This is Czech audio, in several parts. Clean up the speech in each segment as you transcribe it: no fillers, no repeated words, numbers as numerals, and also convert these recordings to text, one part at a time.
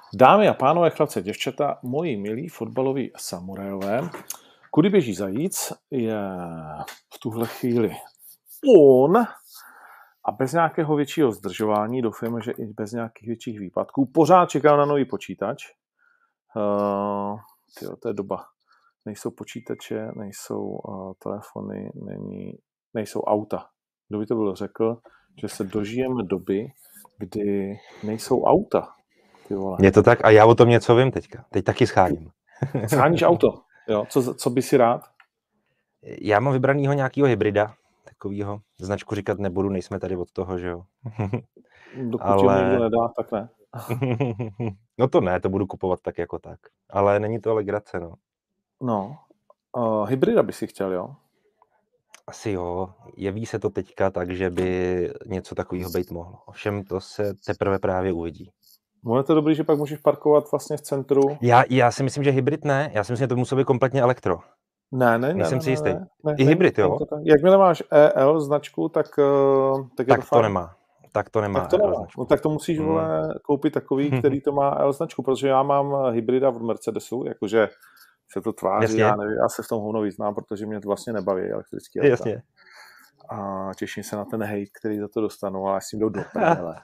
Dámy a pánové, chlapci, děvčata, moji milí fotbaloví samurajové, kudy běží zajíc, je v tuhle chvíli on a bez nějakého většího zdržování, doufujeme, že i bez nějakých větších výpadků, pořád čekám na nový počítač. To je doba. Nejsou počítače, nejsou telefony, nejsou auta. Kdo by to bylo řekl, že se dožijeme doby, kdy nejsou auta. Je to tak a já o tom něco vím teďka. Teď taky scháním. Scháníš auto, jo? Co by si rád? Já mám vybranýho nějakého hybrida, takovýho. Značku říkat nebudu, nejsme tady od toho, že jo. Dokud jim někdo nedá, tak ne. No to ne, to budu kupovat tak jako tak. Ale není to legrace, no. No, hybrida by si chtěl, jo? Asi jo. Jeví se to teďka tak, že by něco takového být mohlo. Ovšem to se teprve právě uvidí. No je to dobrý, že pak můžeš parkovat vlastně v centru. Já si myslím, že hybrid ne. Já si myslím, že to musí být kompletně elektro. Ne, si jistý. Ne, I hybrid, jo? Jakmile máš EL značku, tak je to nemá. Tak to nemá. No, tak to musíš koupit takový, který to má L značku, protože já mám hybrida od Mercedesu, jakože se to tváří, já nevím, já se v tom hovno vyznám, protože mě to vlastně nebaví elektrický auta. Jasně. A těším se na ten hejt, který za to dostanu, ale s tím jdou do prdele.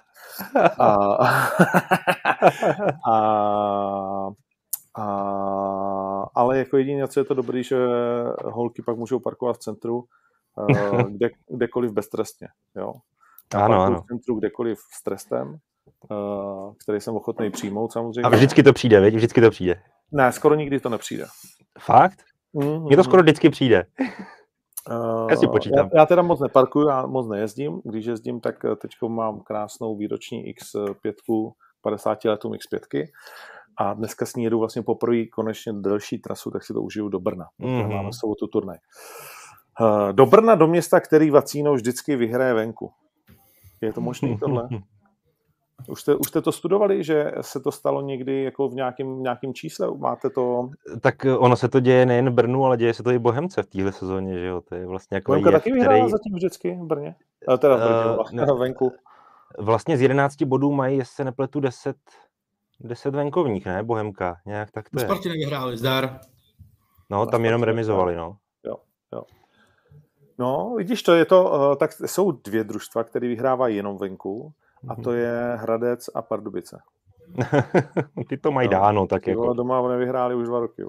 Ale jako jediné, co je to dobrý, že holky pak můžou parkovat v centru kdekoliv beztrestně. Jo? Ano. V centru kdekoliv s trestem, který jsem ochotný přijmout samozřejmě. A vždycky to přijde, viď? Vždycky to přijde. Ne, skoro nikdy to nepřijde. Fakt? Mně to skoro vždycky přijde. Já si počítám. Já teda moc neparkuju, já moc nejezdím. Když jezdím, tak teď mám krásnou výroční X5, 50 letům X5. A dneska s ní jedu vlastně poprvé konečně delší trasu, tak si to užiju do Brna. Máme sobotu turnaj. Do Brna, do města, který Vacíno vždycky vyhraje venku. Je to možný tohle? Už jste to studovali, že se to stalo někdy jako v nějakým čísle? Máte to? Tak ono se to děje nejen v Brnu, ale děje se to i Bohemce v téhle sezóně, že jo? To je vlastně jako Bohemka taky vyhrála zatím vždycky v Brně? Teda v Brně, venku. Vlastně z 11 bodů mají, jestli se nepletu, 10 venkovních, ne? Bohemka, nějak tak to je. Spartě nevyhráli, zdar. No, tam jenom remizovali, no. Jo. No, vidíš, to je to, tak jsou dvě družstva, které vyhrávají jenom venku, a to je Hradec a Pardubice. Ty to mají dáno, tak jako. Doma nevyhráli už 2 roky.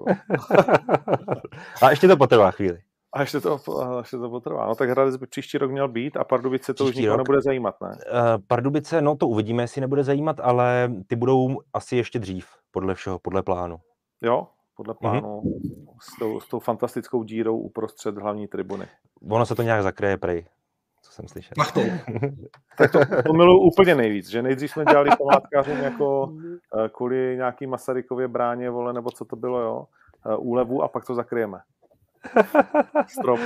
A ještě to potrvá chvíli. A ještě to potrvá. No tak Hradec by příští rok měl být a Pardubice to už nikoho nebude zajímat, ne? Pardubice, no to uvidíme, jestli nebude zajímat, ale ty budou asi ještě dřív, podle plánu. Jo, podle plánu. S tou fantastickou dírou uprostřed hlavní tribuny. Ono se to nějak zakryje, prej. Co jsem slyšel. Tak to miluji úplně nejvíc, že nejdřív jsme dělali památkářům jako kvůli nějaký Masarykově bráně, vole, nebo co to bylo, jo, úlevu a pak to zakryjeme. Strop.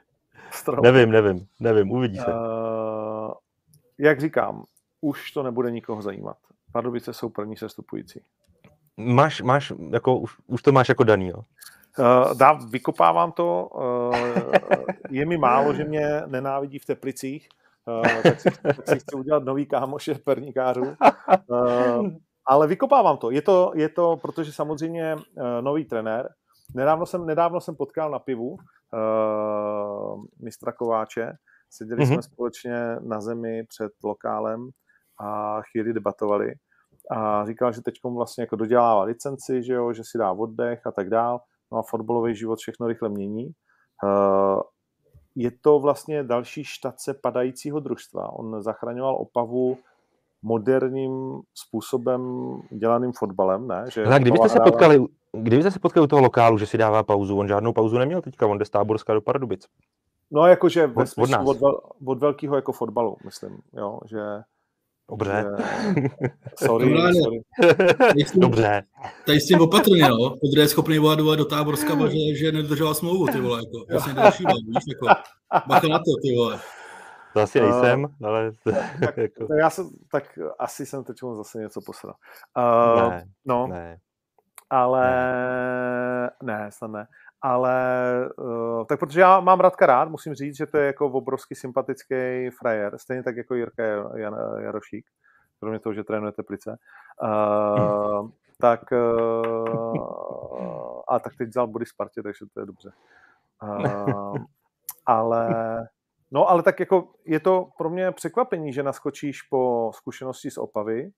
Nevím, uvidí se. Jak říkám, už to nebude nikoho zajímat. Pardubice jsou první sestupující. Máš jako, už to máš jako daný, jo? Vykopávám to, je mi málo, že mě nenávidí v Teplicích, tak si chci udělat nový kámoše perníkářů, ale vykopávám to. Je to, protože samozřejmě nový trenér. Nedávno jsem potkal na pivu mistra Kováče, seděli jsme společně na zemi před lokálem a chvíli debatovali a říkal, že teďkom vlastně jako dodělává licenci, že si dá oddech a tak dál. No a fotbalový život všechno rychle mění. Je to vlastně další štace padajícího družstva. On zachraňoval Opavu moderním způsobem dělaným fotbalem, ne? Že kdybyste se potkali u toho lokálu, že si dává pauzu, on žádnou pauzu neměl teďka, on jde z Táborska do Pardubic. No jakože od velkého jako fotbalu, myslím, jo, že... Dobře. Sorry. Dobře. Tady s tím opatrně, no. Podruhé je schopný volat do Táborska, že nedodržoval smlouvu, ty vole, jako. Vlastně další, víš, jako. Bacha na to, ty vole. To asi nejsem, ale... Tak asi jsem teď zase něco posral. Ne. Ale... Ne, snad ne. Ale tak protože já mám Radka rád, musím říct, že to je jako obrovský sympatický frajer, stejně tak jako Jirka Jarošík, kromě toho, že trénuje Teplice. tak a tak teď vzal body Spartě, takže to je dobře. Ale tak jako je to pro mě překvapení, že naskočíš po zkušenosti z Opavy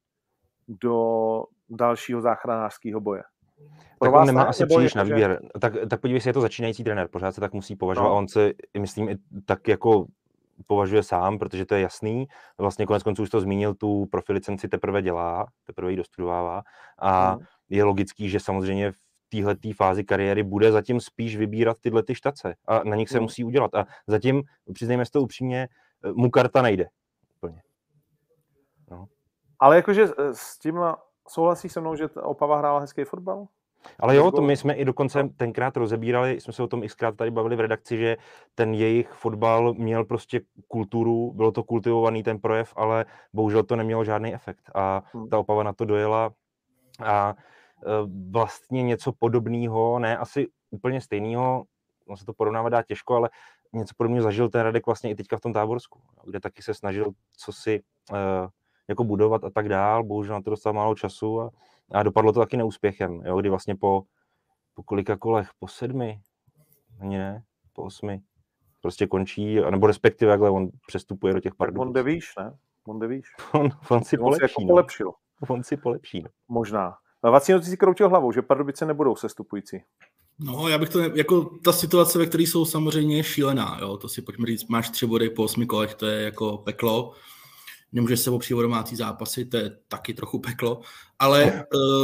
do dalšího záchranářského boje. Tak on nemá asi příliš na že... výběr. Tak podívej se, je to začínající trenér, pořád se tak musí považovat. A on se, myslím, i tak jako považuje sám, protože to je jasný. Vlastně konec konců už to zmínil, tu profilicenci teprve dělá, teprve ji dostudovává. A je logický, že samozřejmě v téhletý fázi kariéry bude zatím spíš vybírat tyhle ty štace. A na nich se musí udělat. A zatím, přiznejme si to upřímně, mu karta nejde. Úplně. No. Ale jakože s tím souhlasí se mnou, že Opava hrála hezký fotbal? Ale jo, to my jsme i dokonce tenkrát rozebírali, jsme se o tom xkrát tady bavili v redakci, že ten jejich fotbal měl prostě kulturu, bylo to kultivovaný ten projev, ale bohužel to nemělo žádný efekt. A ta Opava na to dojela a vlastně něco podobného, ne asi úplně stejného, on se to porovnávat dá těžko, ale něco podobného zažil ten Radek vlastně i teďka v tom Táborsku, kde taky se snažil co si jako budovat a tak dál, bohužel na to dostal málo času a dopadlo to taky neúspěchem, jo, kdy vlastně po kolika kolech, po 7, ne, po 8, prostě končí, nebo respektive jakhle on přestupuje do těch Pardubic. On jde výš, ne? On jde výš. On si polepší, jako polepšil. On si polepší, no. Možná. Vacíno, ty si kroutil hlavou, že Pardubice nebudou sestupující. No, já bych to, jako ta situace, ve které jsou samozřejmě šílená, jo, to si pojďme říct, máš 3 body po 8 kolech, to je jako peklo. Nemůžeš se opřít o domácí zápasy, to je taky trochu peklo, ale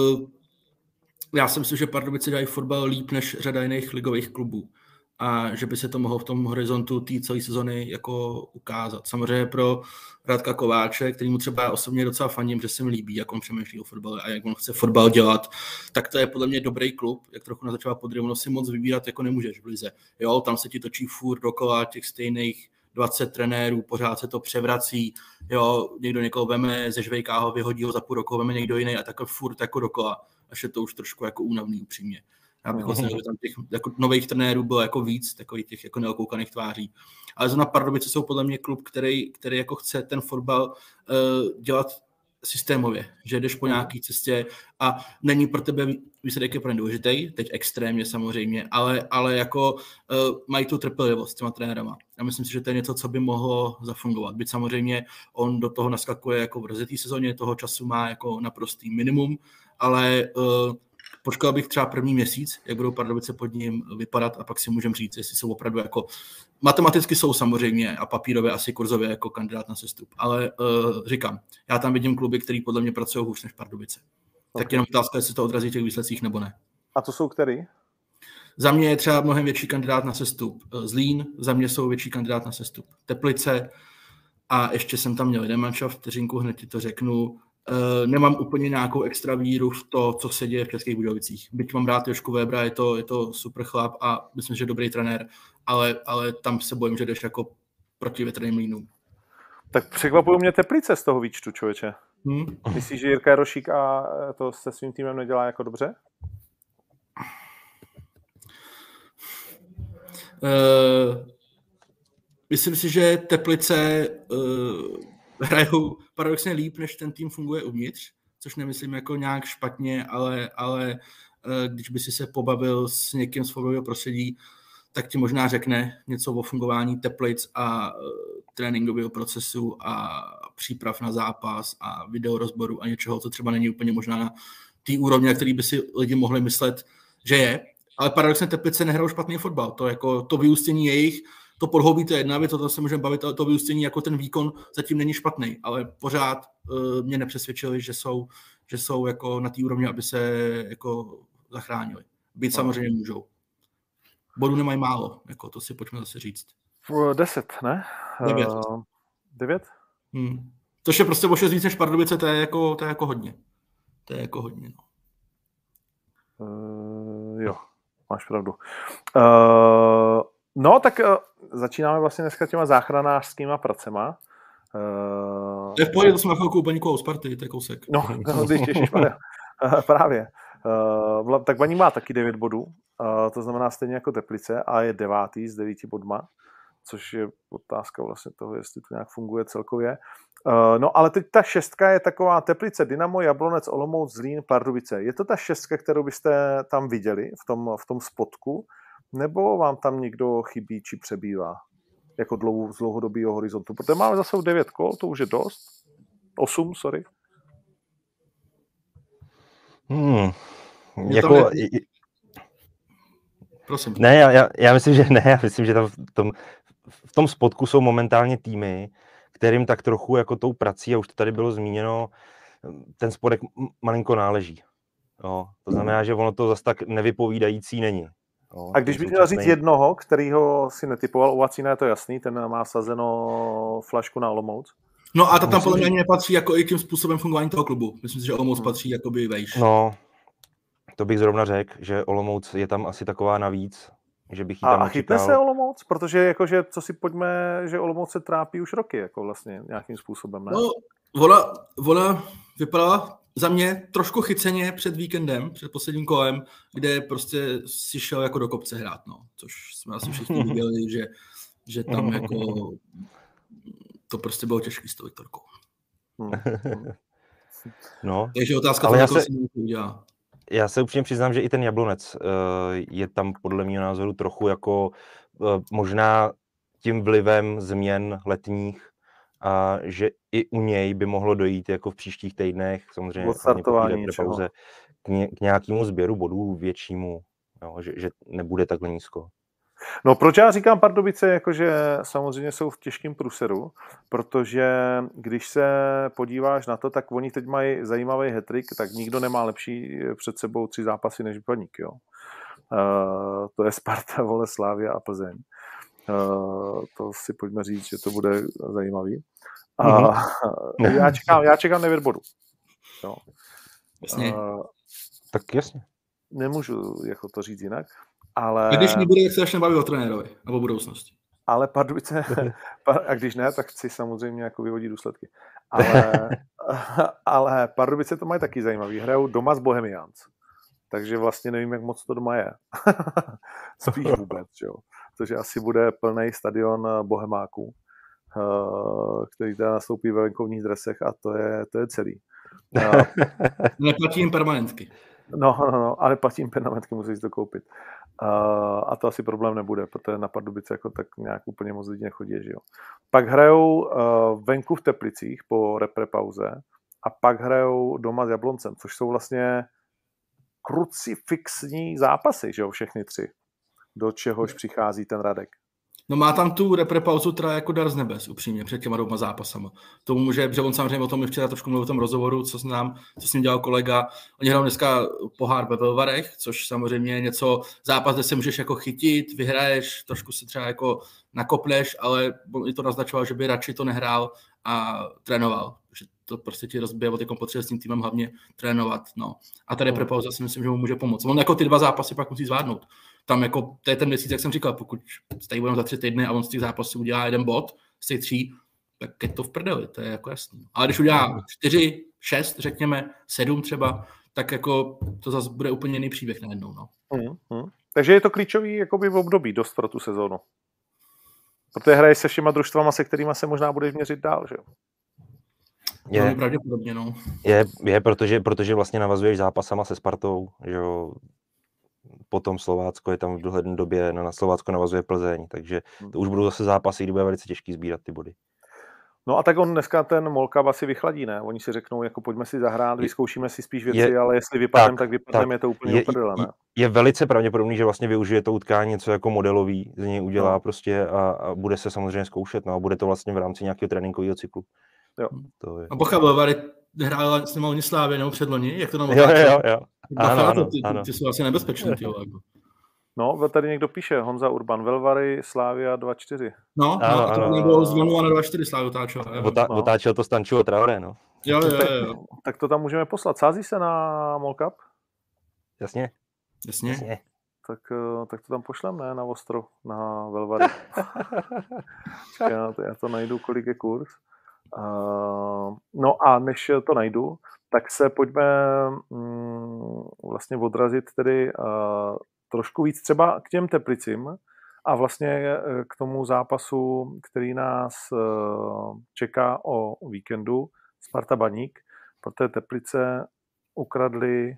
já si myslím, že Pardubice dělají fotbal líp než řada jiných ligových klubů a že by se to mohlo v tom horizontu té celé sezony jako ukázat. Samozřejmě pro Radka Kováče, kterýmu třeba osobně docela faním, že se mi líbí, jak on přemýšlí o fotbale a jak on chce fotbal dělat, tak to je podle mě dobrý klub, jak trochu naznačoval Podryvno, si moc vybírat jako nemůžeš v lize. Jo, tam se ti točí furt dokola těch stejných 20 trenérů, pořád se to převrací, jo, někdo někoho veme, ze Žvejka ho vyhodí ho za půl roku, veme někdo jiný a takhle furt jako dokola, až je to už trošku jako únavný upřímně. Já bych vlastně, že tam těch jako nových trenérů bylo jako víc, takových těch jako neokoukaných tváří. Ale zrovna Pardubice jsou podle mě klub, který jako chce ten fotbal dělat systémově, že jdeš po nějaký cestě a není pro tebe výsledek je pro ně důležitý, teď extrémně samozřejmě, ale jako mají tu trpělivost s těma trenérama. Já myslím si, že to je něco, co by mohlo zafungovat. Byť samozřejmě on do toho naskakuje jako v rozjetý sezóně, toho času má jako naprostý minimum, ale počkal bych třeba první měsíc, jak budou Pardubice pod ním vypadat a pak si můžeme říct, jestli jsou opravdu jako matematicky jsou samozřejmě a papírově asi kurzově jako kandidát na sestup, ale říkám, já tam vidím kluby, který podle mě pracují hůř než Pardubice. Okay. Tak jenom otázka, jestli to odrazí v těch výsledcích nebo ne. A to jsou který? Za mě je třeba mnohem větší kandidát na sestup Zlín, za mě jsou větší kandidát na sestup Teplice a ještě jsem tam měl jeden manšaft, vteřinku, hned ti to řeknu. Nemám úplně nějakou extra víru v to, co se děje v Českých Budějovicích. Byť mám rád Jožku Webera, je to super chlap a myslím, že je dobrý trenér, ale tam se bojím, že jdeš jako proti větrným mlýnům. Tak překvapují mě Teplice z toho výčtu, člověče. Myslíš, že Jirka Jarošík a to se svým týmem nedělá jako dobře? Myslím si, že Teplice hrajou paradoxně líp, než ten tým funguje uvnitř, což nemyslím jako nějak špatně, ale když by si se pobavil s někým z fotbalového prostředí, tak ti možná řekne něco o fungování Teplic a tréninkového procesu a příprav na zápas a videorozboru a něčeho, co třeba není úplně možná na té úrovni, na který by si lidi mohli myslet, že je. Ale paradoxně Teplice nehrajou špatný fotbal. To, jako, to vyústění jejich, to podhoubí, to je jedna věc, o tom se můžeme bavit, ale to vyústění jako ten výkon zatím není špatný, ale pořád mě nepřesvědčili, že jsou jako na té úrovni, aby se jako zachránili. Být samozřejmě můžou. Bodů nemají málo, jako to si pojďme zase říct. 10, ne? 9. 9? To je prostě o 6 víc než Pardubice, to je jako hodně. To je jako hodně, no. Jo, máš pravdu. No, tak začínáme vlastně dneska těma záchranářskýma pracema. To je v pohodě, to jsme na chvilku u Baníku a u Sparty, to je kousek. No, právě. Tak Baník má taky 9 bodů, to znamená stejně jako Teplice a je 9. s 9 bodma. což je otázka vlastně toho, jestli to nějak funguje celkově. No ale teď ta šestka je taková Teplice, Dynamo, Jablonec, Olomouc, Zlín, Pardubice. Je to ta šestka, kterou byste tam viděli v tom spotku, nebo vám tam někdo chybí či přebývá jako z dlouhodobého horizontu? Protože máme zase 9 kol, to už je dost. 8, sorry. Jako... Prosím. Ne, já myslím, že ne. Já myslím, že tam v tom spotku jsou momentálně týmy, kterým tak trochu jako tou prací, a už to tady bylo zmíněno, ten spodek malinko náleží. Jo, to znamená, že ono to zase tak nevypovídající není. Jo, a když bych měl říct jednoho, kterýho si netypoval, u Vacína je to jasný, ten má sazeno flašku na Olomouc. No a tam podle mě nepatří jako i tím způsobem fungování toho klubu. Myslím si, že Olomouc patří jakoby vejš. No, to bych zrovna řekl, že Olomouc je tam asi taková navíc, že bych jí tam a chytne se Olomouc? Protože jakože, co si pojďme, že Olomouc se trápí už roky, jako vlastně nějakým způsobem, ne? No, ona vypadala za mě trošku chyceně před víkendem, před posledním kolem, kde prostě si šel jako do kopce hrát, no. Což jsme asi všichni viděli, že tam jako to prostě bylo těžký s tou Viktorkou. No, takže otázka toho, co si udělá. Já se upřímně přiznám, že i ten Jablonec je tam podle mého názoru trochu jako možná tím vlivem změn letních, a že i u něj by mohlo dojít jako v příštích týdnech, samozřejmě po pauze, k nějakému sběru bodů většímu, jo, že nebude takhle nízko. No proč já říkám Pardubice, jakože samozřejmě jsou v těžkém průseru, protože když se podíváš na to, tak oni teď mají zajímavý hat-trick, tak nikdo nemá lepší před sebou 3 zápasy než Baník, jo. To je Sparta, vole, Slavia a Plzeň. To si pojďme říct, že to bude zajímavý. Já čekám 9 bodů. Jo. Jasně. Tak jasně. Nemůžu jako to říct jinak. Ale... A když nebude, jak se začne bavit o trenérovi nebo budoucnosti. Ale Pardubice, a když ne, tak chci samozřejmě jako vyvodit důsledky. Ale Pardubice to mají taky zajímavý. Hrajou doma s Bohemians. Takže vlastně nevím, jak moc to doma je. Spíš vůbec, jo. Protože asi bude plný stadion Bohemáků, který teda nastoupí ve venkovních dresech a to je celý. Neplatí jim permanentky. No, ale platím permanentky, musíš to koupit. A to asi problém nebude, protože na Pardubice jako tak nějak úplně moc lidí nechodí, že jo. Pak hrajou venku v Teplicích po reprepauze a pak hrajou doma s Jabloncem, což jsou vlastně krucifixní zápasy, že jo, všechny 3. Do čehož přichází ten Radek. No má tam tu reprepauzu teda jako dar z nebes, upřímně, před těma 2 zápasama. To může, protože on samozřejmě o tom včera trošku mluvil o tom rozhovoru, co s ním dělal kolega. Oni hrajou dneska pohár ve Velvarech, což samozřejmě je něco, zápas, kde se můžeš jako chytit, vyhraješ, trošku se třeba jako nakopneš, ale on i to naznačoval, že by radši to nehrál a trénoval. Že to prostě ti rozbije, o těkom potřebuje s tím týmem hlavně trénovat. No. A ta reprepauza si myslím, že mu může pomoct. On jako ty 2 zápasy pak musí zvládnout. Tam jako, to je ten měsíc, jak jsem říkal, pokud tady budeme za 3 týdny a on z těch zápasů udělá 1 bod z těch 3, tak je to v prdeli, to je jako jasný. Ale když udělá 4, 6, řekněme, 7 třeba, tak jako to zase bude úplně jiný příběh najednou. No. Takže je to klíčový jakoby v období dost pro tu sezónu. Protože hraje se všema družstvama, se kterýma se možná budeš měřit dál, že jo? Je pravděpodobně, no. Je protože vlastně navazuješ zápasama se Spartou, že jo. Potom Slovácko je tam v dohledné době, na Slovácko navazuje Plzeň, takže to už budou zase zápasy, kdy bude velice těžký sbírat ty body. No a tak on dneska ten Molkab asi vychladí, ne? Oni si řeknou, jako pojďme si zahrát, vyzkoušíme si spíš věci, ale jestli vypadneme, tak vypadneme, je to úplně uprdele, ne? Je velice pravděpodobný, že vlastně využije to utkání něco jako modelový, z něj udělá prostě a bude se samozřejmě zkoušet, no a bude to vlastně v rámci nějakého tréninkového cyklu. Jo. To je. A Bocha Velvary hrála s nimi Slávě nebo předloni, jak to nám Jo. Ano. Ty jsou asi nebezpečný, ty jako. No, tady někdo píše, Honza Urban, Velvary, Slavia 2-4. No, a to nebylo z 2-0 na 2-4 Slavia otáčel. Otáčel to Stančuho Traoré, no. Jo. Tak to tam můžeme poslat. Sází se na Molkap? Jasně. Tak to tam pošlem, ne? Na Ostro, na Velvary. Já to najdu, kolik je kurz. No a než to najdu, tak se pojďme vlastně odrazit tedy trošku víc třeba k těm Teplicím A vlastně k tomu zápasu, který nás čeká o víkendu, Sparta Baník, protože Teplice ukradli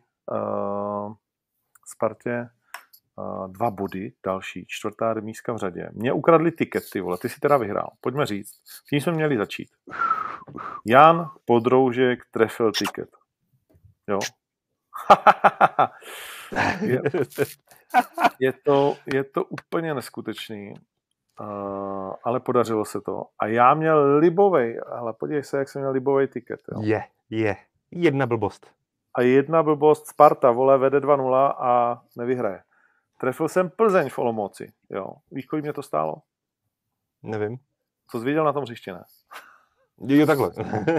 Spartě 2 body, další, 4. remízka v řadě. Mě ukradli tiket, ty vole, ty si teda vyhrál. Pojďme říct. Tím jsme měli začít. Jan Podroužek trefil tiket. Jo. je to úplně neskutečný, ale podařilo se to. A já měl libovej, ale podívej se, jak jsem měl libovej tiket. Jo. Je. Jedna blbost. A jedna blbost, Sparta, vole, vede 2-0 a nevyhraje. Trefil jsem Plzeň v Olomouci, jo. Víš, kolik mě to stálo? Nevím. Co jsi viděl na tom hřišti, ne? Jo, takhle.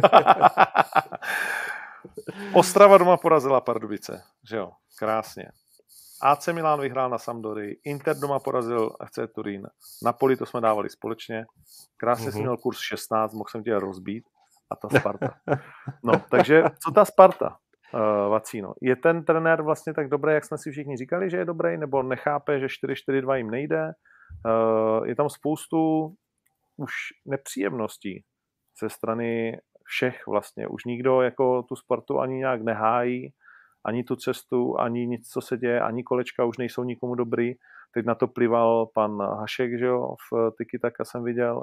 Ostrava doma porazila Pardubice, že jo, krásně. AC Milan vyhrál na Sampdorii, Inter doma porazil FC Turín, Napoli to jsme dávali společně, krásně jsem měl kurz 16, mohl jsem tě rozbít a ta Sparta. No, takže co ta Sparta, Vacíno? Je ten trenér vlastně tak dobrý, jak jsme si všichni říkali, že je dobrý, nebo nechápe, že 4-4-2 jim nejde? Je tam spoustu už nepříjemností ze strany všech vlastně. Už nikdo jako tu Spartu ani nějak nehájí, ani tu cestu, ani nic, co se děje, ani kolečka už nejsou nikomu dobrý. Teď na to plival pan Hašek, že jo, v Tiki Taka jsem viděl.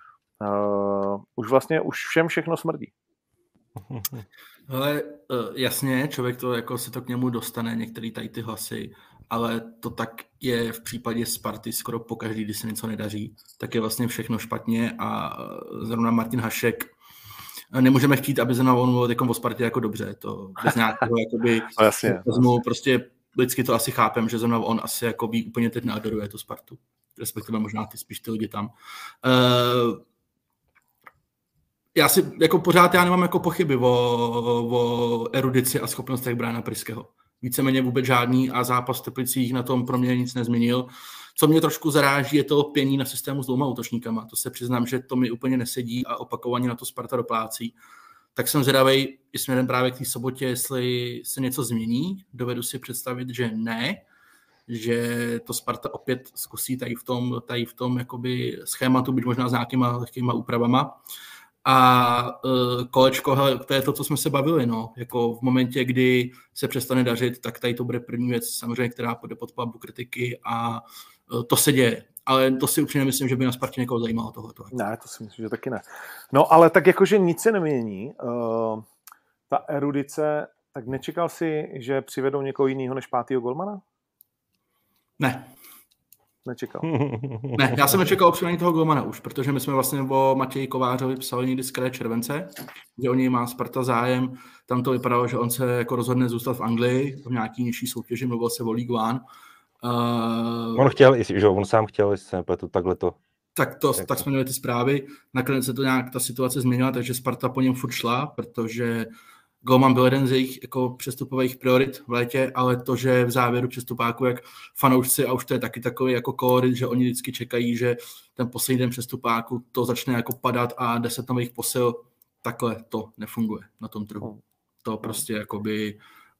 Už všem všechno smrdí. Ale jasně, člověk to jako se to k němu dostane, některý tady ty hlasy, ale to tak je v případě Sparty skoro pokaždý, když se něco nedaří, tak je vlastně všechno špatně a zrovna Martin Hašek nemůžeme chtít, aby zrovna on mluvil o Spartě jako dobře, to bez nějakého jakoby prostě lidsky to asi chápem, že zrovna on asi jakoby úplně teď neadoruje tu Spartu, respektive možná spíš ty lidi tam. Já si jako pořád nemám jako pochyby o erudici a schopnostech Briana Priského. Víceméně vůbec žádný a zápas v Teplicích na tom pro mě nic nezměnil. Co mě trošku zaráží, je to lpění na systému s 2 útočníkama. To se přiznám, že to mi úplně nesedí a opakovaně na to Sparta doplácí. Tak jsem zvědavej i směrem právě k té sobotě, jestli se něco změní. Dovedu si představit, že ne, že to Sparta opět zkusí tady v tom jakoby schématu, být možná s nějakýma lehkýma úpravama. A kolečko, hele, to je to, co jsme se bavili, no. Jako v momentě, kdy se přestane dařit, tak tady to bude první věc, samozřejmě, která půjde pod palbu kritiky a to se děje. Ale to si upřímně myslím, že by na Spartě někoho zajímalo tohleto. Ne, to si myslím, že taky ne. No, ale tak jakože nic se nemění. Ta erudice, tak nečekal si, že přivedou někoho jiného než 5. golmana? Ne. Nečekal. Ne, já jsem nečekal o přidání toho golmana už, protože my jsme vlastně o Matěji Kovářovi psali někdy z kraje července, že o něj má Sparta zájem. Tam to vypadalo, že on se jako rozhodne zůstat v Anglii, v nějaký nižší soutěži, mluvil se o League One. On chtěl, že on sám chtěl, jestli se nepletu, takhle to. Tak jsme měli ty zprávy. Nakonec se to nějak ta situace změnila, takže Sparta po něm furt šla, protože golman byl jeden z jejich jako přestupových priorit v létě, ale to, že v závěru přestupáku, jak fanoušci, a už to je taky takový jako kolorit, že oni vždycky čekají, že ten poslední den přestupáku to začne jako padat a 10 nových posil, takhle to nefunguje na tom trhu. To prostě jakoby...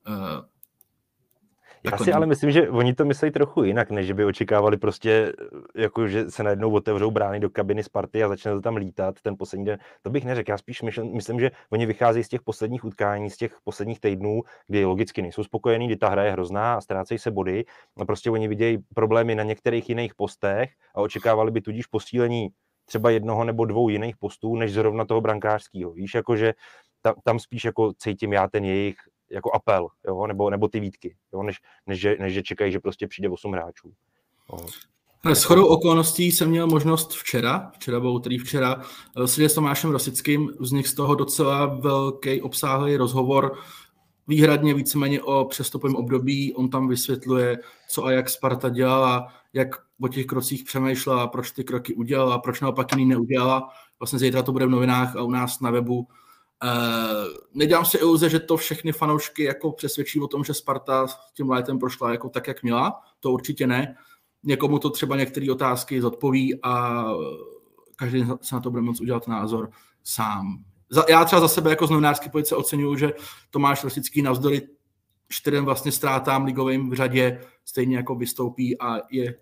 Já si ale myslím, že oni to myslí trochu jinak, než že by očekávali prostě, jako že se najednou otevřou brány do kabiny Sparty a začne to tam lítat ten poslední den. To bych neřekl. Já spíš myslím, že oni vycházejí z těch posledních utkání, z těch posledních týdnů, kdy logicky nejsou spokojení, kdy ta hra je hrozná a ztrácejí se body. A prostě oni vidějí problémy na některých jiných postech a očekávali by tudíž posílení třeba 1 nebo 2 jiných postů, než zrovna toho brankářského. Víš, jakože tam spíš jako cítím já ten jejich jako apel, jo? Nebo ty výtky, jo? Než že čekají, že prostě přijde 8 hráčů. S shodou okolností jsem měl možnost včera sedět s Tomášem Rosickým, vznikl z toho docela velký obsáhlý rozhovor, výhradně víceméně o přestupovém období. On tam vysvětluje, co a jak Sparta dělala, jak o těch krocích přemýšlela, proč ty kroky udělala, proč naopak jiný neudělala. Vlastně zítra to bude v novinách a u nás na webu. Nedělám si iluze, že to všechny fanoušky jako přesvědčí o tom, že Sparta tím létem prošla jako tak, jak měla. To určitě ne. Někomu to třeba některé otázky zodpoví a každý se na to bude moct udělat názor sám. Já třeba za sebe jako z novinářské pozice oceňuju, že Tomáš Rosický navzdory 4 vlastně ztrátám ligovým v řadě stejně jako vystoupí a je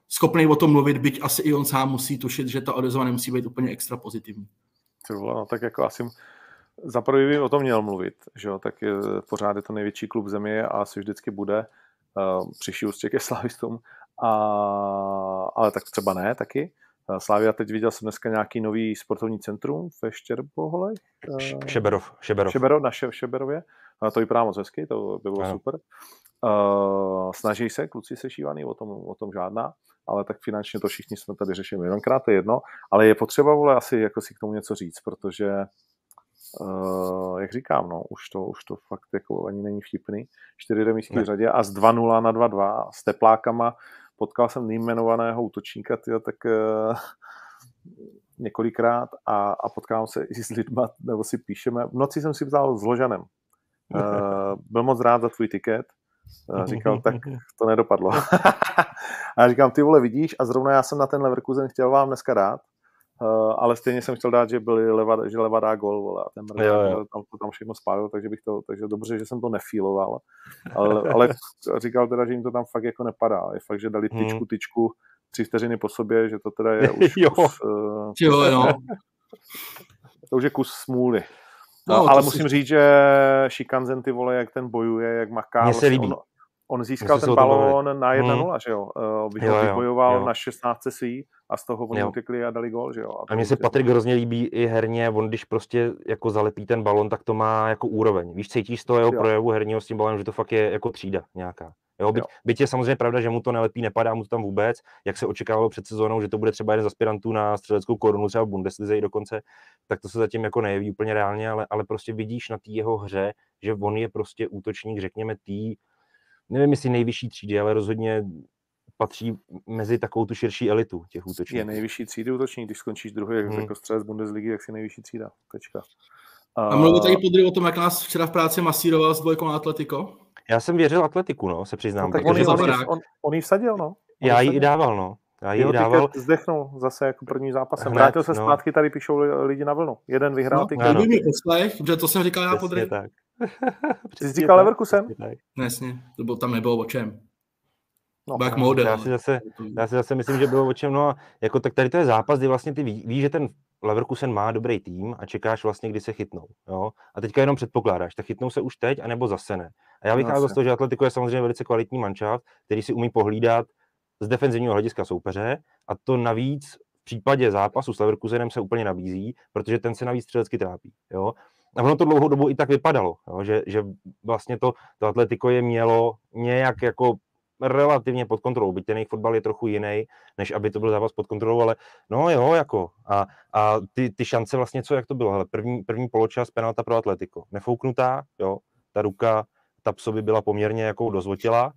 schopný o tom mluvit, byť asi i on sám musí tušit, že ta odezva nemusí být úplně extra pozitivní. No, tak jako asi za prvý by o tom měl mluvit, že jo, tak pořád je to největší klub země a asi vždycky bude při úctě ke Slavistům, ale tak třeba ne taky. Slavia, teď viděl jsem dneska nějaký nový sportovní centrum ve Štěrboholech. Šeberov. Na Šeberově. To vypadá moc hezky, to by bylo super. Snaží se, kluci sešívaný, o tom žádná, ale tak finančně to všichni jsme tady řešili jedenkrát, to je jedno, ale je potřeba, vole, asi jako si k tomu něco říct, protože jak říkám, no, už to fakt jako ani není vtipný. 4 remízky v řadě a z 2-0 na 2-2 s teplákama. Potkal jsem nejmenovaného útočníka, tak několikrát a potkávám se i s lidma, nebo si píšeme. V noci jsem si vzal s Ložanem. Byl moc rád za tvůj tiket. Říkal, tak to nedopadlo. A já říkám, ty vole, vidíš, a zrovna já jsem na ten Leverkusen chtěl vám dneska dát, ale stejně jsem chtěl dát, že Leva dá gol, vole, a ten tam všechno spálil, takže dobře, že jsem to nefíloval, ale říkal teda, že jim to tam fakt jako nepadá. Je fakt, že dali tyčku 3 vteřiny po sobě, že to teda je už kus, to už je kus smůly. Ale musím říct, že Šikanzen, ty vole, jak ten bojuje, jak maká. Mně se líbí. On získal ten balón na 1-0, že jo? Vybojoval na 16 svý a z toho oni utekli a dali gól, že jo? A mně se Patrik hrozně líbí i herně, on když prostě jako zalepí ten balón, tak to má jako úroveň. Víš, cítíš z toho jeho projevu herního s tím balónem, že to fakt je jako třída nějaká. Jo, byť je samozřejmě pravda, že mu to nelepí, nepadá mu to tam vůbec, jak se očekávalo před sezónou, že to bude třeba jeden z aspirantů na střeleckou korunu, třeba v Bundeslize i dokonce, tak to se zatím jako nejeví úplně reálně, ale prostě vidíš na té jeho hře, že on je prostě útočník, řekněme nevím, jestli nejvyšší třídy, ale rozhodně patří mezi takovou tu širší elitu těch útočníků. Je nejvyšší třídy útočník, když skončíš druhý jako střelec Bundesligy, jak si nejvyšší třída. Tečka. A mluvil tady Podry o tom, jak nás včera v práci masíroval s dvojkou na Atletico? Já jsem věřil Atletiku, no, se přiznám. No, tak on ji vsadil, no. Já ji i dával, no. Zdechnul zase jako první zápasem. Vrátil se zpátky, tady píšou lidi na vlnu. Jeden vyhrál tiket. No, mi poslech, protože to jsem říkal já Podry. Tak. Ty jsi říkal Leverkusen? Jasně, to tam nebylo o čem. No, back model. Já si zase myslím, že bylo o čem, no a jako tak tady to je zápas, kdy vlastně ty víš, že ten Leverkusen má dobrý tým a čekáš vlastně, kdy se chytnou, jo? A teďka jenom předpokládáš, tak chytnou se už teď, anebo zase ne. A já vycházím z toho, že Atletico je samozřejmě velice kvalitní manšaft, který si umí pohlídat z defenzivního hlediska soupeře a to navíc v případě zápasu s Leverkusenem se úplně nabízí, protože ten se navíc střelecky trápí, jo? A ono to dlouhou dobu i tak vypadalo, jo? Že vlastně to Atletico je mělo nějak jako relativně pod kontrolou, byť ten jejich fotbal je trochu jiný, než aby to byl zápas pod kontrolou, ale no jo, jako a ty šance vlastně, jak to bylo, hele, první poločas penalta pro Atletico, nefouknutá, jo, ta ruka Tapsovi byla poměrně jako dozvotila,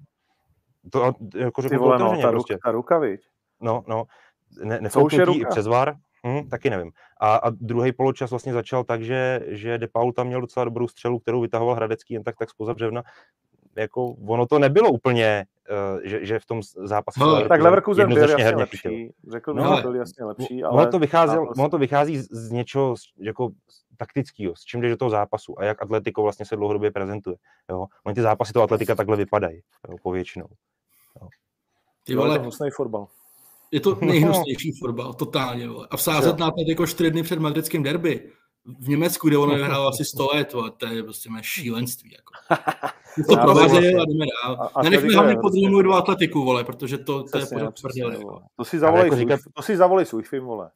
to jako řeknu to otevřeně prostě. Ta ruka, viď? No, nefouknutý i přes VAR, taky nevím. A druhý poločas vlastně začal tak, že De Paul tam měl docela dobrou střelu, kterou vytahoval Hradecký jen tak spoza břevna. Jako ono to nebylo úplně, že v tom zápase tak Leverkusen byl jasně lepší. Řekl bych, že byl jasně lepší, ale ono to vychází z něčeho jako taktického, s čím jde do toho zápasu a jak Atletico vlastně se dlouhodobě prezentuje. Jo? Oni ty zápasy toho Atletika takhle vypadají, jo, povětšinou. Jo. Ty vole, je to hnusný fotbal. Je to nejhnusnější fotbal, totálně. Vole. A vsázet na Atletico 4 dny před madridským derby v Německu, kde ono nehrál asi 100 let, to je prostě mé šílenství. Jako. To provazil a jdeme dál. Nenechme hlavně podřímnout do Atletiku, vole, protože to je pořád tvrdě. To si zavolej svůj film, vole.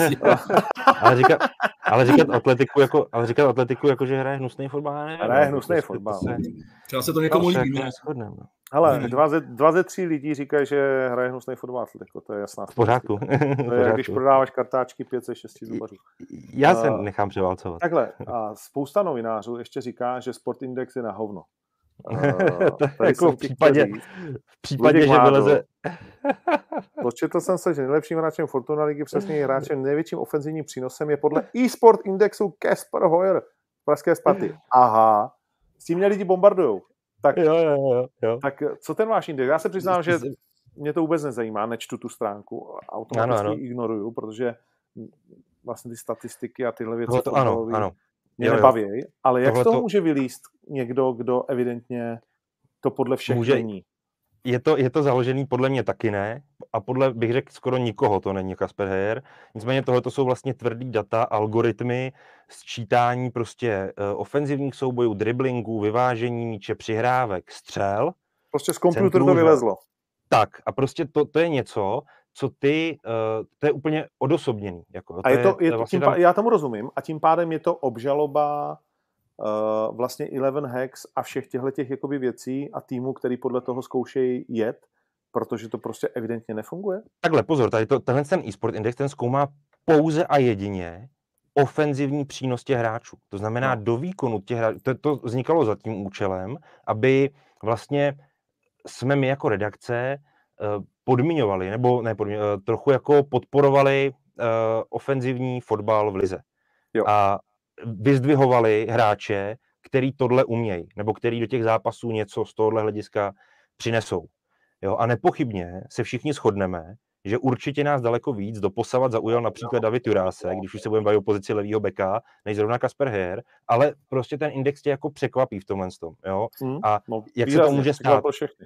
ale říkat Atletiku jako, že hraje hnusný fotbal, ne? Hraje hnusný fotbal. Třeba se to někomu líbí, ne? Hele, 2 ze 3 lidí říkají, že hraje hnusný fotbal Atletico, to je jasná. V pořádku. To je, když prodáváš kartáčky 5 ze 6 zubařů. Já se nechám převálcovat. Takhle, a spousta novinářů ještě říká, že Sport Index je na hovno. Jako v případě, že vyleze... Dočetl jsem se, že nejlepším hráčem Fortuna ligy, přesně hráčem největším ofenzivním přínosem je podle eSport Indexu Kasper Hoyer z pražské Sparty. Aha, s tím mě lidi bombardujou. Tak, jo. Tak co ten váš index? Já se přiznám, že mě to vůbec nezajímá, nečtu tu stránku, automaticky ignoruju, protože vlastně ty statistiky a tyhle věci mě nebaví, ale jak z toho může vylízt někdo, kdo evidentně to podle všech není? je to založený podle mě taky ne, a podle, bych řekl, skoro nikoho to není Kasper Heyer. Nicméně tohle to jsou vlastně tvrdý data, algoritmy, sčítání prostě ofenzivních soubojů, driblingů, vyvážení míče, přihrávek, střel. Prostě z komputeru to vylezlo. Tak a prostě to je něco, co to je úplně odosobněný. Jako, a vlastně já tomu rozumím a tím pádem je to obžaloba vlastně 11 Hacks a všech těch jakoby věcí a týmů, který podle toho zkoušejí jet, protože to prostě evidentně nefunguje? Takhle, pozor, tenhle ten eSport Index, ten zkoumá pouze a jedině ofenzivní přínos těch hráčů. To znamená do výkonu těch hráčů. To vznikalo za tím účelem, aby vlastně jsme my jako redakce podmiňovali, nebo ne trochu jako podporovali ofenzivní fotbal v lize. Jo. A vyzdvihovali hráče, který tohle umějí, nebo který do těch zápasů něco z tohohle hlediska přinesou. Jo? A nepochybně se všichni shodneme, že určitě nás daleko víc doposavat zaujal například David Jurásek, když už se budeme bavit o pozici levýho beka, než zrovna Kasper Heyer, ale prostě ten index tě jako překvapí v tomhle tom, jo? A jak se to může stát?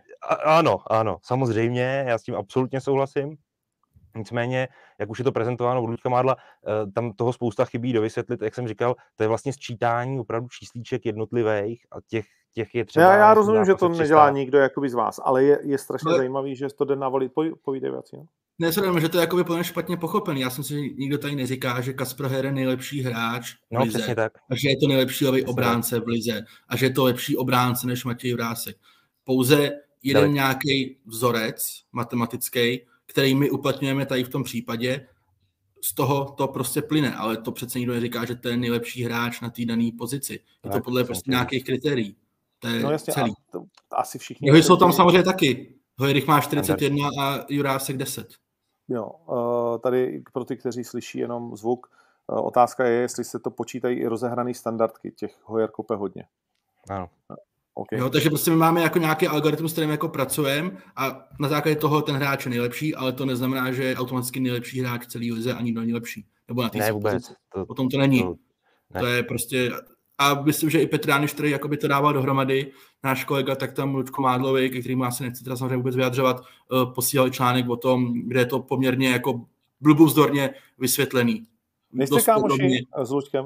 Ano, samozřejmě, já s tím absolutně souhlasím. Nicméně, jak už je to prezentováno od Luďka Mádla, tam toho spousta chybí dovysvětlit, jak jsem říkal, to je vlastně sčítání opravdu číslíček jednotlivých a těch je třeba... Já rozumím, že to nedělá nikdo jakoby z vás, ale je strašně zajímavý, že to jde navolit. Povídej věc, jo? Ne, že to je jakoby plně špatně pochopený. Já jsem si, že nikdo tady neříká, že Kasper Heyer je nejlepší hráč v lize. Přesně tak. A že je to nejlepší levý obránce v lize. A že je to lepší obránce než Matěj Jurásek. Pouze jeden nějaký vzorec matematický, který my uplatňujeme tady v tom případě, z toho to prostě plyne, ale to přece nikdo neříká, že to je nejlepší hráč na té dané pozici. Je to podle prostě nějakých kritérií. To je jasně, celý. Asi všichni... Jeho jsou tam samozřejmě taky. Hojrich má 41 a Jurásek 10. Jo, tady pro ty, kteří slyší jenom zvuk, otázka je, jestli se to počítají i rozehraný standardky. Těch Hoyer kope hodně. Ano. Okay. Jo, takže prostě my máme jako nějaký algoritmus, s kterým jako pracujeme a na základě toho ten hráč je nejlepší, ale to neznamená, že je automaticky nejlepší hráč celý lize a nikdo nejlepší. Nebo na té vůbec. Potom to není. To je prostě... A myslím, že i Petr Jániš, který jakoby to dával dohromady, náš kolega, tak tam Luďko Mádlovi, ke kterým já se nechci teda samozřejmě vůbec vyjadřovat, posílal článek o tom, kde je to poměrně jako blbůvzdorně vysvětlený. Nejste kámoši s Luďkem?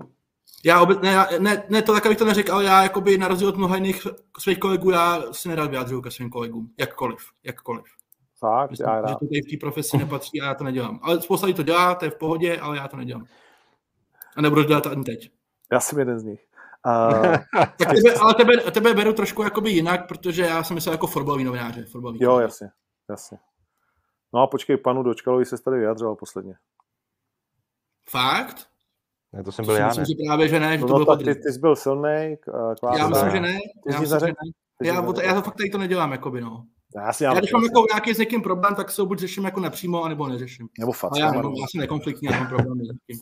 Ne, to tak, abych to neřekl, ale já jakoby na rozdíl od mnoha jiných svých kolegů, já si nerad vyjádřuju ke svým kolegům. Jakkoliv. Fakt, myslím, že to tady v té profesi nepatří a já to nedělám. Ale spousta lidí to dělá, to je v pohodě, ale já to nedělám. A nebudu to dělat ani teď. Já jsem jeden z nich. Tak tebe beru trošku jakoby jinak, protože já jsem myslel jako fotbalový novináře. Jo, jasně. No a počkej, panu Dočkalovi se tady vyjadřoval posledně. Fakt? Ne, to jsem byl já, myslím, že právě, že ne, že no, to bylo tak ty jsi byl silnej. Já myslím, že ne. Já to fakt tady to nedělám, jakoby, no. Já když mám jako nějaký s někým problém, tak se ho buď řeším jako napřímo, anebo neřeším. Nebo fakt. Já jsem nekonfliktní, já mám problém s někým.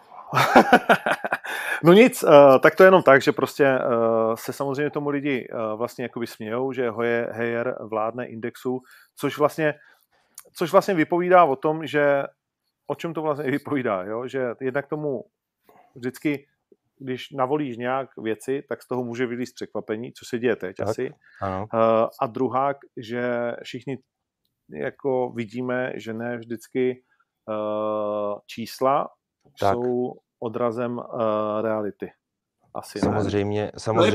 No nic, tak to je jenom tak, že prostě se samozřejmě tomu lidi vlastně jakoby smějou, že Heyer vládne indexu, což vlastně vypovídá o tom, že o čem to vlastně vypovídá, jo? Že jednak tomu vždycky, když navolíš nějak věci, tak z toho může vylízt překvapení, co se děje teď tak, asi. Ano. A druhá, že všichni jako vidíme, že ne vždycky čísla tak jsou odrazem reality. Asi samozřejmě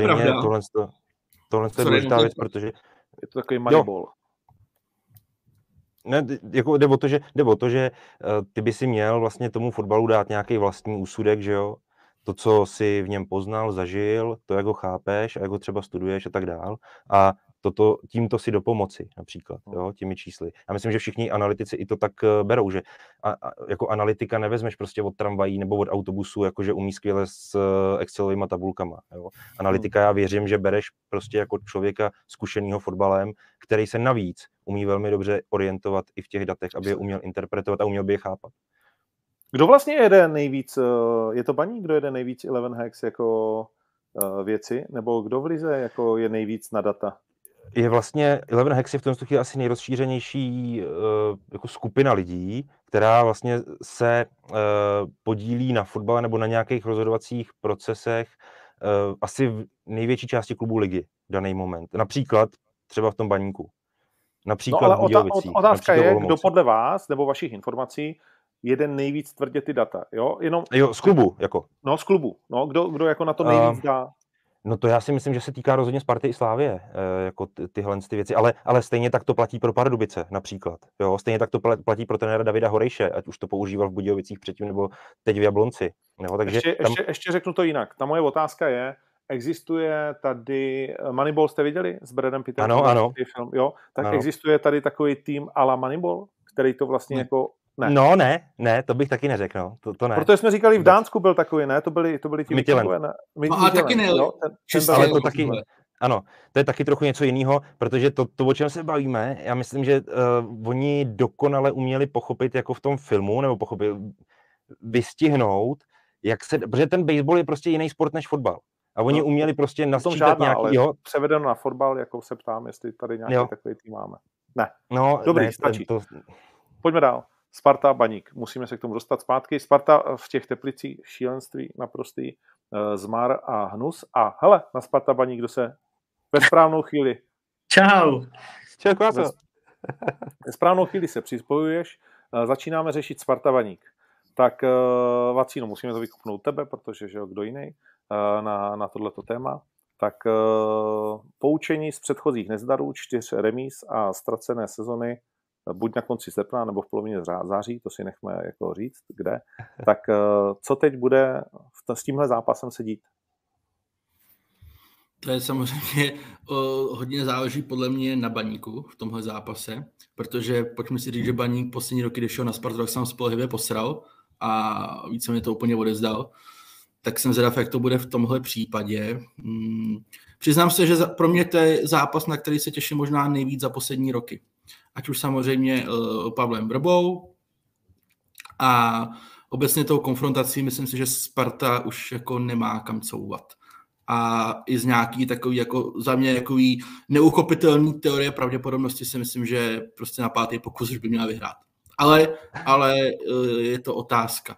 tohle je důležitá věc, protože je to takový moneyball. Ne, jako jde o to, že ty by si měl vlastně tomu fotbalu dát nějaký vlastní úsudek, že jo? To, co si v něm poznal, zažil, to, jak ho chápeš a jak ho třeba studuješ a tak dál. A tímto si do pomoci například, jo, těmi čísly. Já myslím, že všichni analytici i to tak berou, že jako analytika nevezmeš prostě od tramvají nebo od autobusu, jakože umí skvěle s Excelovými tabulkama. Jo. Analytika já věřím, že bereš prostě jako člověka zkušenýho fotbalem, který se navíc umí velmi dobře orientovat i v těch datech, aby je uměl interpretovat a uměl by je chápat. Kdo vlastně jede nejvíc, je to Baník, kdo jede nejvíc 11 Hacks jako věci, nebo kdo v lize jako je nejvíc na data? Je vlastně 11 Hacks je v tom chvíli asi nejrozšířenější jako skupina lidí, která vlastně se podílí na fotbale nebo na nějakých rozhodovacích procesech asi v největší části klubů ligy v daný moment. Například třeba v tom Baníku. Například ale Budějovicích, otázka je, Olomouci. kdo podle vás, nebo vašich informací, jeden nejvíc tvrdě ty data, jo? Jo, z klubu, jako. No, z klubu. No, kdo jako na to nejvíc dá? No to já si myslím, že se týká rozhodně Sparty i Slávie, jako tyhle ty věci, ale stejně tak to platí pro Pardubice například, jo, stejně tak to platí pro trenéra Davida Horejše, ať už to používal v Budějovicích předtím, nebo teď v Jablonci, jo, takže ještě řeknu to jinak, ta moje otázka je, existuje tady, Moneyball jste viděli s Bradem Pittem? Ano. Film, jo? Tak ano. Existuje tady takový tým a la Moneyball, který to vlastně jako... Ne. No ne, to bych taky neřekl, no. To ne. Protože jsme říkali, v Dánsku byl takový, ne? To byli ti Mytilen. A taky ne, jo? Ale to taky, ano, to je taky trochu něco jiného, protože to, o čem se bavíme, já myslím, že oni dokonale uměli pochopit jako v tom filmu, nebo vystihnout, protože ten baseball je prostě jiný sport než fotbal. A oni uměli prostě nasčítat nějaký... Ale převedeno na fotbal, jako se ptám, jestli tady nějaký takový tým máme. Ne. No, dobrý, stačí. Pojďme dál. Sparta, Baník. Musíme se k tomu dostat zpátky. Sparta v těch Teplicích šílenství naprostý, zmar a hnus. A hele, na Sparta, Baník, kdo se ve správnou chvíli... Čau. Čau, Kváso. Ve správnou chvíli se přispojuješ. Začínáme řešit Sparta, Baník. Tak Vacíno, musíme to vykupnout tebe, protože že kdo jiný na tohleto téma. Tak poučení z předchozích nezdarů, 4 remíz a ztracené sezony, buď na konci srpna, nebo v polovině září, to si nechme jako říct, kde. Tak co teď bude s tímhle zápasem se dít? To je samozřejmě hodně záleží podle mě na Baníku v tomhle zápase, protože pojďme si říct, že Baník poslední roky, když šel na Spartu, tak jsem spolehlivě posral a více mě to úplně odezdal. Tak jsem zvědav, jak to bude v tomhle případě. Přiznám se, že pro mě to je zápas, na který se těším možná nejvíc za poslední roky. Ať už samozřejmě Pavlem Vrbou a obecně tou konfrontací myslím si, že Sparta už jako nemá kam couvat. A i z nějaký takový, jako za mě takový neuchopitelný teorie pravděpodobnosti si myslím, že prostě na 5. pokus už by měla vyhrát. Ale je to otázka.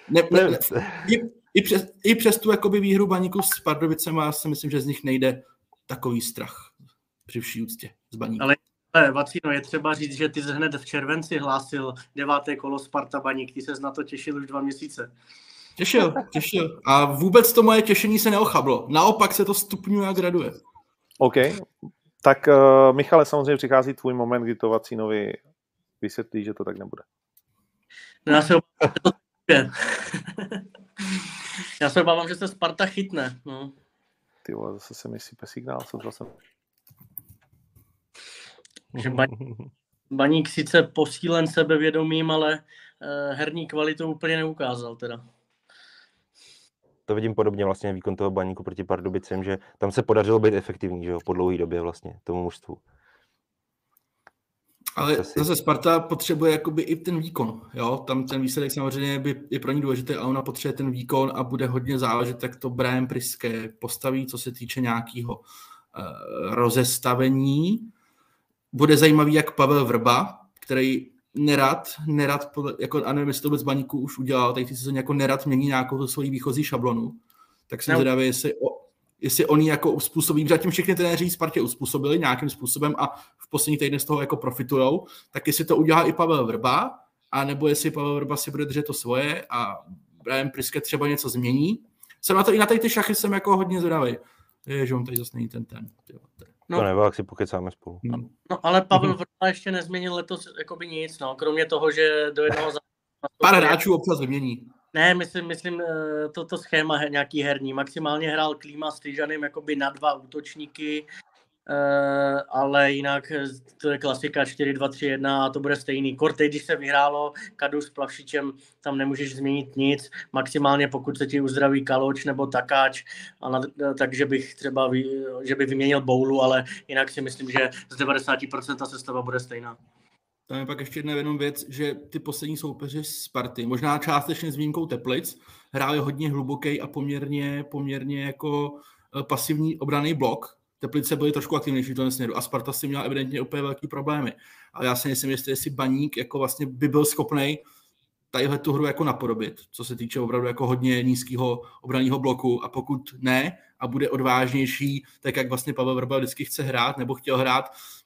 I přes tu jakoby výhru Baníku s Pardubicema si myslím, že z nich nejde takový strach při vší úctě z Baníku. Ale Vacíno, je třeba říct, že ty hned v červenci hlásil 9. kolo Sparta Baník, ty ses na to těšil už 2 měsíce. Těšil. A vůbec to moje těšení se neochablo. Naopak se to stupňuje a graduje. OK. Tak Michale, samozřejmě přichází tvůj moment, kdy to Vacínovi vysvětlí, že to tak nebude. No, já se obávám, že se Sparta chytne. No. Ty vole, zase se mi sype signál, Že Baník sice posílen sebevědomím, ale herní kvalitu úplně neukázal teda. To vidím podobně vlastně výkon toho Baníku proti Pardubicem, že tam se podařilo být efektivní, že jo, po dlouhé době vlastně tomu mužstvu. Ale zase Sparta potřebuje jakoby i ten výkon, jo, tam ten výsledek samozřejmě je pro ní důležitý a ona potřebuje ten výkon a bude hodně záležet, jak to Brian Priske postaví, co se týče nějakého rozestavení. Bude zajímavý, jak Pavel Vrba, který nerad, jako a nevím, jestli to vůbec Baníku už udělal, tady ty sezóně jako nerad mění nějakou tu svoji výchozí šablonu, tak jsem zvědavý, jestli oni jako uspůsobí, protože tím všechny trenéři Spartě uspůsobili nějakým způsobem a v posledních týdnech z toho jako profitujou, tak jestli to udělá i Pavel Vrba, a nebo jestli Pavel Vrba si bude držet to svoje a Brian Priske třeba něco změní. Jsem na to i na ty šachy jsem jako hodně zvědavý. Že on tady zase není ten. No. To nebo, jak si pokecáme spolu. No, ale Pavel Vrba ještě nezměnil letos jakoby nic, no, kromě toho, že do jednoho pár hráčů občas vymění. Ne, myslím toto schéma nějaký herní. Maximálně hrál Klíma s Tyžanem jakoby na 2 útočníky, ale jinak to je klasika 4-2-3-1 a to bude stejný. Teď, když se vyhrálo Kadu s Plavšičem, tam nemůžeš změnit nic, maximálně pokud se ti uzdraví Kaloč nebo Takáč, takže bych třeba, že by vyměnil Boulu, ale jinak si myslím, že z 90% ta sestava bude stejná. Tam je pak ještě jedna věc, že ty poslední soupeři Sparty, možná částečně s výjimkou Teplic, hráli hodně hluboký a poměrně jako pasivní obranný blok. Teplice byly trošku aktivnější v tom směru a Sparta si měla evidentně úplně velký problémy. Ale já si myslím, jestli Baník jako vlastně by byl schopnej tadyhle tu hru jako napodobit, co se týče opravdu jako hodně nízkého obranného bloku, a pokud ne a bude odvážnější, tak jak vlastně Pavel Vrba vždycky chce hrát nebo chtěl hrát, tak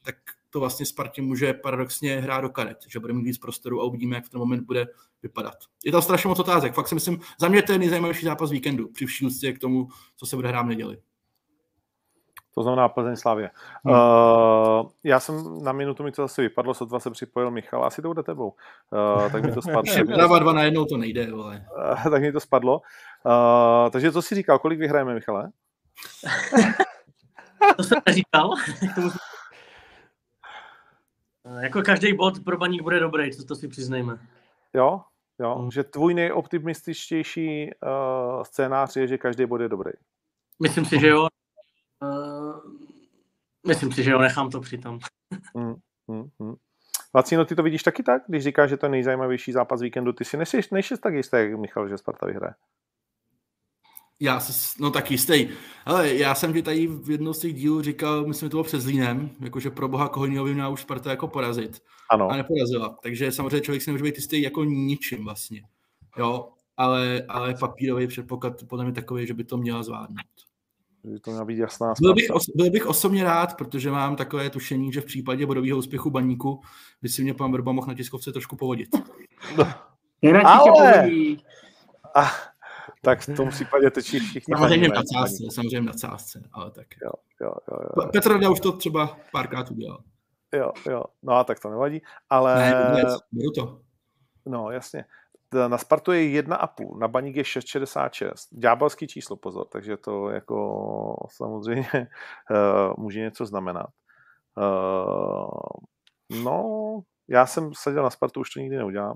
to vlastně Spartě může paradoxně hrát do karet, že bude mít víc prostoru a uvidíme, jak v ten moment bude vypadat. Je tam strašně moc otázek. Fakt si myslím, za mě to je nejzajímavější zápas víkendu, při vší úctě k tomu, co se bude hrát v neděli. To znamená Plzeň Slavie. Já jsem na minutu mi to zase vypadlo, sotva se připojil Michal, asi to bude tebou. Tak mi to spadlo. Hrava 2 na 1 to nejde, vole. Tak mi to spadlo. Takže co jsi říkal, kolik vyhrajeme, Michale? To jsem neříkal. Jako každý bod pro Baník bude dobrý, to si přiznejme. Jo, že tvůj nejoptimističtější scénář je, že každý bod je dobrý. Myslím si, že jo. Myslím si, že jo, nechám to přitom. Vacíno, ty to vidíš taky tak? Když říkáš, že to je nejzajímavější zápas víkendu, ty si nejsi tak jistý, Michal, že Sparta vyhraje? No tak jistý. Ale já jsem ti tady v jednou z těch dílů říkal, myslím, že to bylo před Zlínem, jakože pro boha koho jiného by měla už Sparta jako porazit. Ano. A neporazila. Takže samozřejmě člověk si nemůže být jistý jako ničím vlastně. Jo, ale papírový předpoklad podle mě takový, že by to měla zvládnout. Že to měla být jasná. Byl bych osobně rád, protože mám takové tušení, že v případě bodového úspěchu Baníku by si mě pan Vrba mohl na tiskovce trošku povodit. Tak v tom případě tečí všichni. Samozřejmě na cásce, ale tak. Jo. Petr Rada už to třeba párkrát udělal. Jo. No a tak to nevadí, ale... Ne, beru to. No, jasně. Na Spartu je 1,5, na Baník je 6,66. Ďábelský číslo, pozor, takže to jako samozřejmě může něco znamenat. No, já jsem seděl na Spartu, už to nikdy neudělám.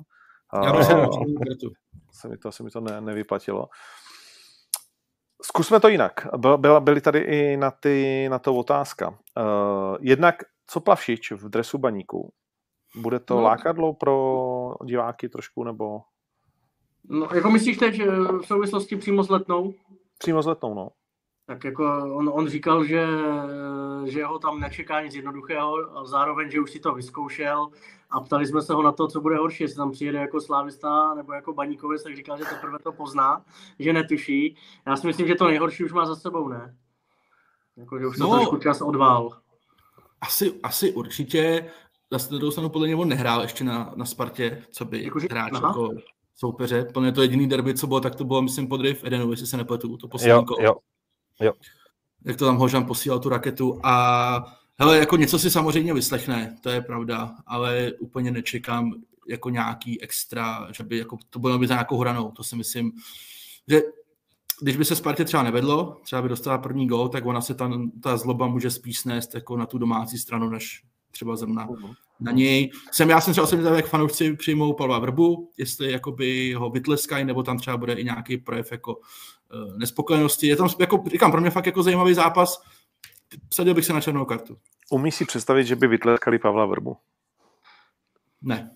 Se mi to nevyplatilo. Zkusme to jinak. Byly tady i na to otázka. Jednak, co Plavšič v dresu Baníku? Bude to lákadlo pro diváky trošku, nebo... No, jako myslíš teď v souvislosti přímo s Letnou? Přímo s Letnou, no. Tak jako on říkal, že ho tam nečeká nic jednoduchého a zároveň, že už si to vyzkoušel a ptali jsme se ho na to, co bude horší, jestli tam přijede jako slávista nebo jako Baníkovec, tak říkal, že teprve to pozná, že netuší. Já si myslím, že to nejhorší už má za sebou, ne? Jako, že už to trošku čas odvál. Asi určitě. Zase na druhou stranu podle něho nehrál ještě na Spartě, co by hráč jako soupeře. Plně to jediný derby, co bylo, tak to bylo, myslím, pod Riv Edenu, jestli se nepletu, to poslední kolo. Jo. Jak to tam Hožan posílal tu raketu a hele, jako něco si samozřejmě vyslechne, to je pravda, ale úplně nečekám jako nějaký extra, že by jako to bylo být za nějakou hranou. To si myslím, že když by se Spartě třeba nevedlo, třeba by dostala první gól, tak ona se ta zloba může spíš snést jako na tu domácí stranu, než třeba zrovna na něj. Já jsem třeba osobně jak fanoušci přijmou Pavla Vrbu, jestli jakoby ho vytleskají, nebo tam třeba bude i nějaký projev jako nespokojenosti. Je tam, jako, říkám, pro mě fakt jako zajímavý zápas. Vsadil bych se na černou kartu. Umíš si představit, že by vytleskali Pavla Vrbu? Ne.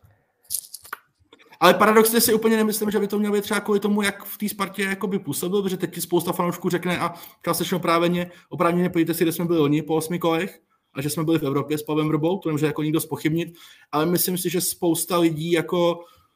Ale paradoxně si úplně nemyslím, že by to mělo být třeba kvůli tomu, jak v té Spartě jakoby působil, protože teď ti spousta fanoušků řekne a částečně oprávněně podívejte si, kde jsme byli loni po 8 kolech, a že jsme byli v Evropě s Pavlem Vrbou, to nemůže jako nikdo zpochybnit, ale myslím si, že spousta lidí jako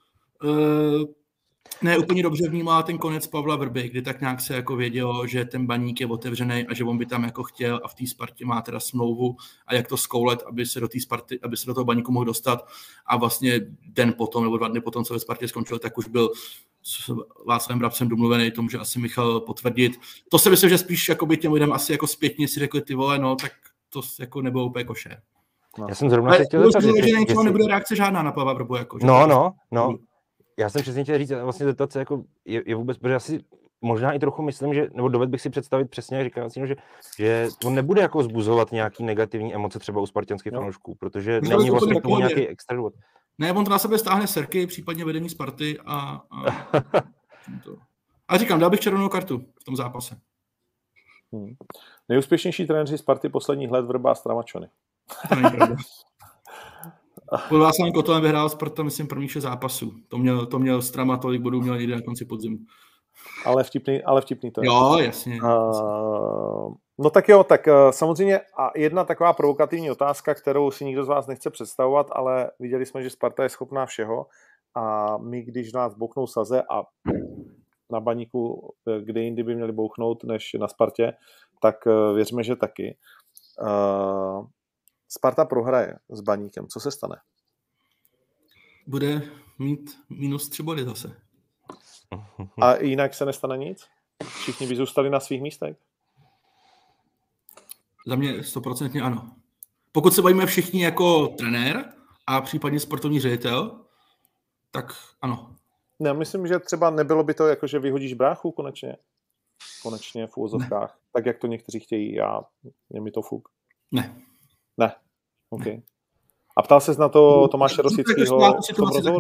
ne úplně dobře vnímala ten konec Pavla Vrby, kdy tak nějak se jako vědělo, že ten Baník je otevřený a že on by tam jako chtěl a v té Spartě má teda smlouvu a jak to zkoulet, aby se do té Sparty, aby se do toho Baníku mohl dostat a vlastně den potom nebo 2 dny potom, co ve Spartě skončil, tak už byl s Václavem Brabcem domluvený, to může asi Michal potvrdit. To si myslím, že spíš jako by těm lidem asi jako zpětně si řekli, ty vole, no tak to jako nebylo úplně košer. Já jsem zrovna se chtěl zeptat, že nebude reakce žádná na Pavla Vrbu. Jako, no. Já jsem přesně chtěl říct, vlastně zeptat se, jako je vůbec, protože asi možná i trochu myslím, že, nebo dovedl bych si představit přesně, jak říkal, že on nebude jako zbuzovat nějaký negativní emoce třeba u spartanských fanoušků, protože není vlastně k tomu nějaký extra důvod. Ne, on to na sebe stáhne Serky, případně vedení Sparty a říkám, dal bych červenou kartu v tom zápase. Nejúspěšnější trenéři Sparty posledních let Vrba a Stramačony. Pod Václavem Kotolem vyhrál Sparta, myslím, prvních 6 zápasů. To měl Strama, tolik bodů měl někde na konci podzimu. Ale vtipný to je. Jo, jasně. No tak jo, tak samozřejmě a jedna taková provokativní otázka, kterou si nikdo z vás nechce představovat, ale viděli jsme, že Sparta je schopná všeho a my, když nás bouchnou Saze a na Baníku, kde jindy by měli bouchnout než na Spartě, tak věříme, že taky. Sparta prohraje s Baníkem, co se stane? Bude mít -3 body zase. A jinak se nestane nic? Všichni by zůstali na svých místech? Za mě 100% ano. Pokud se bavíme všichni jako trenér a případně sportovní ředitel, tak ano. Ne, myslím, že třeba nebylo by to jako, že vyhodíš bráchu konečně v úvozovkách, tak jak to někteří chtějí, je mi to fuk. Ne, OK. A ptal ses na to Tomáše Rosického v tom rozhovoru?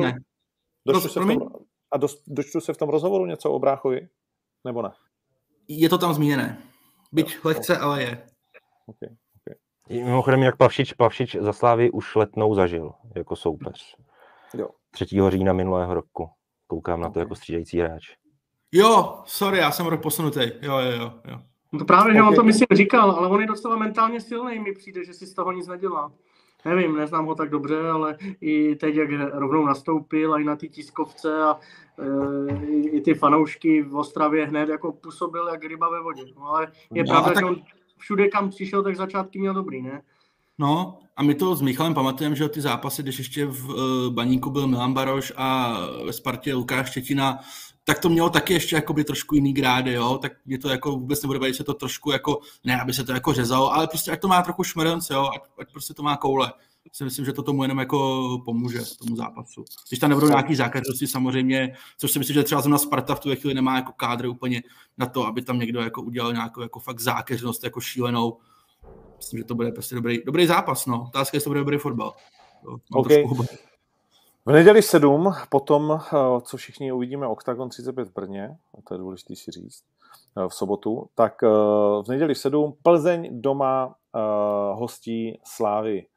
Dočtu se v tom rozhovoru něco o bráchovi? Nebo ne? Je to tam zmíněné. Byť lehce, ale je. Okay. Mimochodem, jak Plavšič za Slávy už Letnou zažil jako soupeř. Jo. 3. října minulého roku. Koukám na to jako střídající hráč. Jo, sorry, já jsem rok posunutý. Jo. No to právě, že on to myslím říkal, ale on je docela mentálně silný, mi přijde, že si z toho nic nedělá. Nevím, neznám ho tak dobře, ale i teď, jak rovnou nastoupil a i na té tiskovce a i ty fanoušky v Ostravě hned jako působil jak ryba ve vodě. No, ale je pravda, že on všude, kam přišel, tak začátky měl dobrý, ne? No a my to s Michalem pamatujeme, že ty zápasy, když ještě v Baníku byl Milan Baroš a ve Spartě Lukáš Štětina, tak to mělo taky ještě jakoby trošku jiný grády, jo, tak mě to jako vůbec nebude bavit, se to trošku jako, ne, aby se to jako řezalo, ale prostě ať to má trochu šmrnc, jo, ať prostě to má koule. Si myslím, že to tomu jenom jako pomůže tomu zápasu. Když tam nebudou nějaký zákařnosti samozřejmě, což si myslím, že třeba zrovna Sparta v tu chvíli nemá jako kádr úplně na to, aby tam někdo jako udělal nějakou jako fakt zákeřnost jako šílenou. Myslím, že to bude prostě dobrý zápas, no. Otázka je, jestli to bude dobrý fotbal. Okay. V neděli 7, potom, co všichni uvidíme, Octagon 35 v Brně, a to je důležité si říct, v sobotu, tak v neděli 7 Plzeň doma hostí Slávy.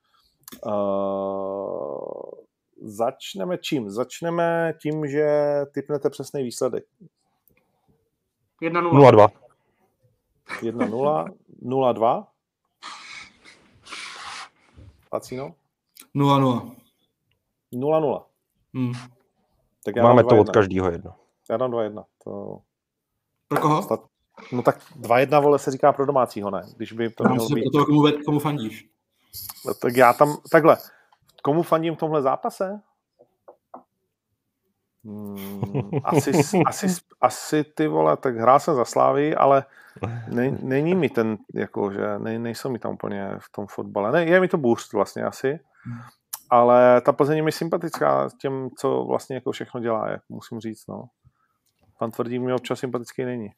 Začneme čím? Začneme tím, že tipnete přesný výsledek. 1-0. 0-2. 1-0. 0-2. Pacino? 0-0. 0-0. Tak máme to od každého jedno. Já dám 2-1. To... Pro koho? No tak 2-1, vole, se říká pro domácího, ne? Když by to mělo být. To komu fandíš? No, tak já tam, takhle, komu fandím v tomhle zápase? Asi ty vole, tak hrál jsem za Slávy, ale není mi ten, jako, že nejsou mi tam úplně v tom fotbale. Ne, je mi to boost vlastně asi, ale ta Plzeň je mi sympatická těm, co vlastně jako všechno dělá, jak musím říct, no. Pan Tvrdík mi občas sympatický není.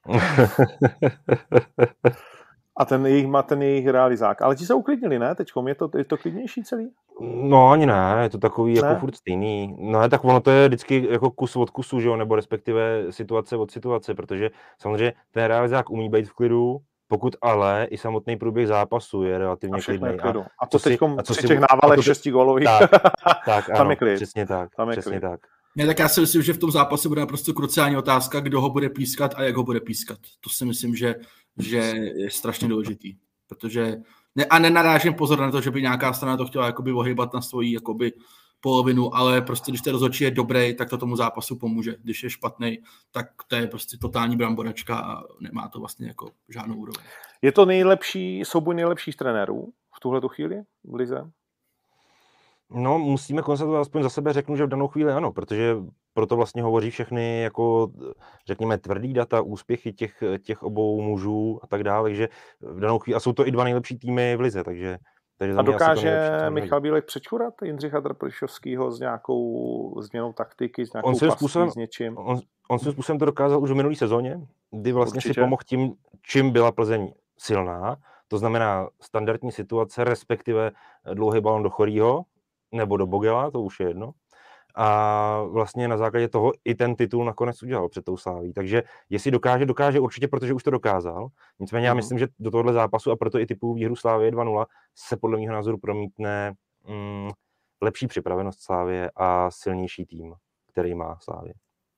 A ten jejich realizák. Ale ti se uklidnili, ne? Teďkom je to klidnější celý? No ani ne, je to takový ne? Jako furt stejný. No tak ono to je vždycky jako kus od kusu, že jo? Nebo respektive situace od situace, protože samozřejmě ten realizák umí být v klidu, pokud ale i samotný průběh zápasu je relativně klidný. A to teďkom při těch návalech 6 gólových. Tak tam je klid. Přesně tak. Přesně tak. Ne, tak já si myslím, že v tom zápase bude prostě kruciální otázka, kdo ho bude pískat a jak ho bude pískat. To si myslím, že je strašně důležitý, protože nenarážím pozor na to, že by nějaká strana to chtěla jakoby ohybat na svoji jakoby polovinu, ale prostě když ten rozhodčí je dobrý, tak to tomu zápasu pomůže. Když je špatný, tak to je prostě totální bramboračka a nemá to vlastně jako žádnou úroveň. Je to souboj nejlepších trenérů v tuhletu chvíli v lize? No, musíme konstatovat, aspoň za sebe řeknu, že v danou chvíli ano, protože proto vlastně hovoří všechny, jako řekněme, tvrdý data, úspěchy těch obou mužů a tak dále, takže v danou chvíli, a jsou to i 2 nejlepší týmy v lize, takže a dokáže Michal Bílek přečurat Jindřicha Trpišovského s nějakou změnou taktiky, s nějakou pastí, s něčím? On svým způsobem to dokázal už v minulý sezóně, kdy vlastně si pomohl tím, čím byla Plzeň silná, to znamená standardní situace, respektive dlouhý balon do Chorýho, nebo do Bogela, to už je jedno. A vlastně na základě toho i ten titul nakonec udělal před tou Sláví. Takže jestli dokáže určitě, protože už to dokázal. Nicméně já myslím, že do tohohle zápasu a proto i typu výhru Slávie 2-0 se podle mého názoru promítne lepší připravenost Slávie a silnější tým, který má Slávie.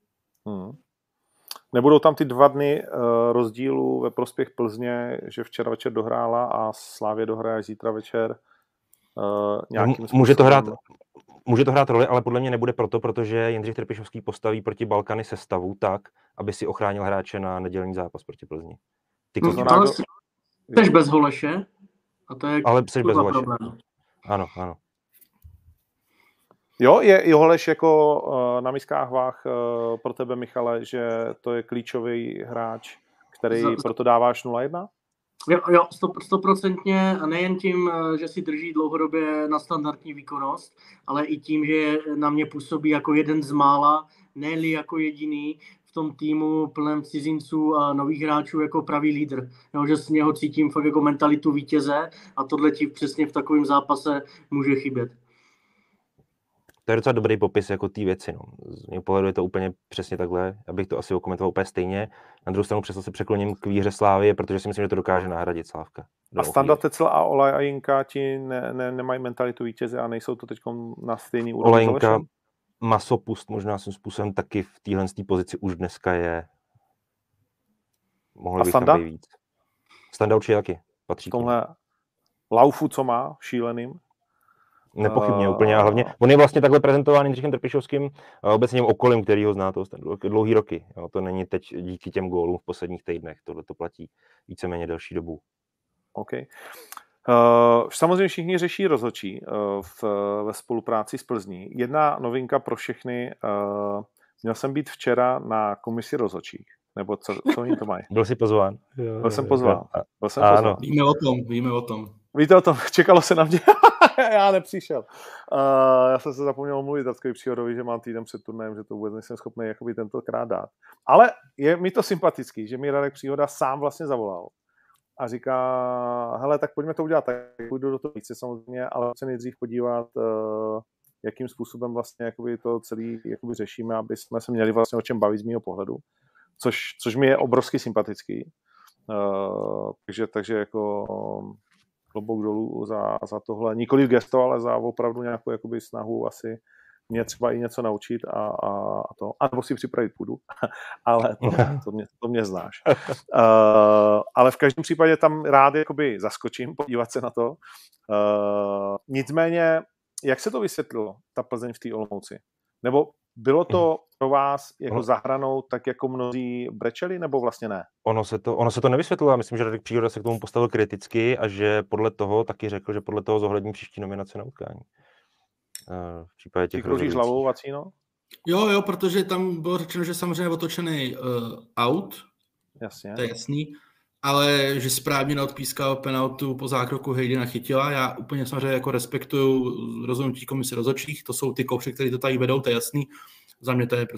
Nebudou tam ty 2 dny rozdílu ve prospěch Plzně, že včera večer dohrála a Slávě dohraje zítra večer nějakým způsobem? Může to hrát roli, ale podle mě nebude protože Jindřich Trpišovský postaví proti Balkany sestavu tak, aby si ochránil hráče na nedělní zápas proti Plzni. Jsi bez Holeše? A to je ale jsi bez Holeše. problém. Ano. Jo, je Holeš jako na miskách váh pro tebe, Michale, že to je klíčový hráč, který proto dáváš 0-1? Jo, 100%, a nejen tím, že si drží dlouhodobě na standardní výkonnost, ale i tím, že na mě působí jako jeden z mála, ne-li jako jediný v tom týmu plném cizinců a nových hráčů jako pravý lídr. Jo, že z něho cítím fakt jako mentalitu vítěze a tohle ti přesně v takovém zápase může chybět. To je docela dobrý popis jako té věci. No. Z mého pohledu je to úplně přesně takhle. Abych to asi okomentoval úplně stejně. Na druhou stranu přesto se překloním k výhře Slávie, protože si myslím, že to dokáže nahradit Slávka. A Standa Tecel a Olajinka ti nemají mentalitu vítěze a nejsou to teď na stejný úrovni? Olajinka masopust možná svým způsobem taky v téhle pozici už dneska je. Mohli bych tam být víc. Standa určitě taky patří. V tomhle laufu, co má, šíleným? Nepochybně úplně a hlavně on je vlastně takhle prezentován Jindřichem Trpišovským a obecně okolím, který ho zná dlouhý roky. Jo, to není teď díky těm gólům v posledních týdnech, tohle to platí víceméně delší dobu. OK. Samozřejmě všichni řeší rozhodčí ve spolupráci s Plzní. Jedna novinka pro všechny. Měl jsem být včera na komisi rozhodčích. Nebo co oni to mají? Byl jsi pozván? Byl jsem pozván. Víme o tom. Víte o tom? Čekalo se na mě. Já nepřišel. Já jsem se zapomněl mluvit takový příhodový, že mám týden před turnajem, že to vůbec nejsem schopný jakoby tentokrát dát. Ale je mi to sympatický, že mi Radek Příhoda sám vlastně zavolal a říká, hele, tak pojďme to udělat, tak půjdu do toho více samozřejmě, ale se nejdřív podívat, jakým způsobem vlastně jakoby to celý jakoby řešíme, aby jsme se měli vlastně o čem bavit z mýho pohledu, což mi je obrovsky sympatický. Takže jako klobouk dolů za tohle, nikoliv gesto, ale za opravdu nějakou jakoby snahu asi mě třeba i něco naučit a to, anebo si připravit půdu, ale to mě znáš. Ale v každém případě tam rád jakoby zaskočím, podívat se na to. Nicméně, jak se to vysvětlilo, ta Plzeň v té Olomouci? Nebo bylo to pro vás jako za hranou, tak jako mnozí brečeli, nebo vlastně ne? Ono se to nevysvětlilo. Já myslím, že Radek Příhoda se k tomu postavil kriticky a že podle toho taky řekl, že podle toho zohlední příští nominace na utkání. V případě těch rozhodujících. Hlavou, Vacíno? Jo, protože tam bylo řečeno, že samozřejmě otočený out. Jasně. To je jasný. Ale že správně neodpískal penaltu po zákroku Hejdina Chytila. Já úplně samozřejmě jako respektuju rozhodnutí komise rozhodčích. To jsou ty kopři, které to tady vedou, to je jasný. Za mě to je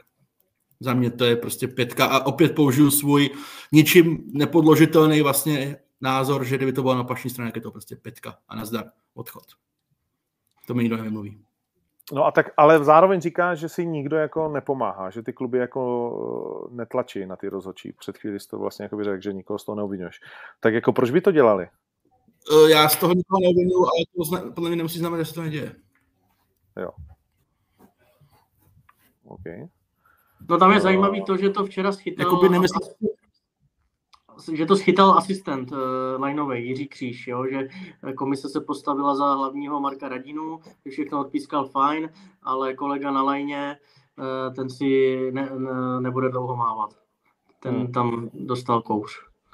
prostě 5. A opět použiju svůj ničím nepodložitelný vlastně názor, že kdyby to bylo na opačné straně, je to prostě 5. a nazdar, odchod. To mi nikdo nevymluví. No a tak, ale zároveň říká, že si nikdo jako nepomáhá, že ty kluby jako netlačí na ty rozhodčí. Před chvíli jsi to vlastně jako by řekl, že nikoho z toho neobvinuješ. Tak jako proč by to dělali? Já z toho nikoho neobvinuju, ale to podle mě nemusí znamenat, že se to neděje. Jo. OK. No tam je zajímavý to, že to včera schytal... Že to schytal asistent lineový Jiří Kříž, jo? Že komise se postavila za hlavního Marka Radinu, že všechno odpískal fajn, ale kolega na lajně, ten si nebude dlouho mávat. Ten tam dostal kouř.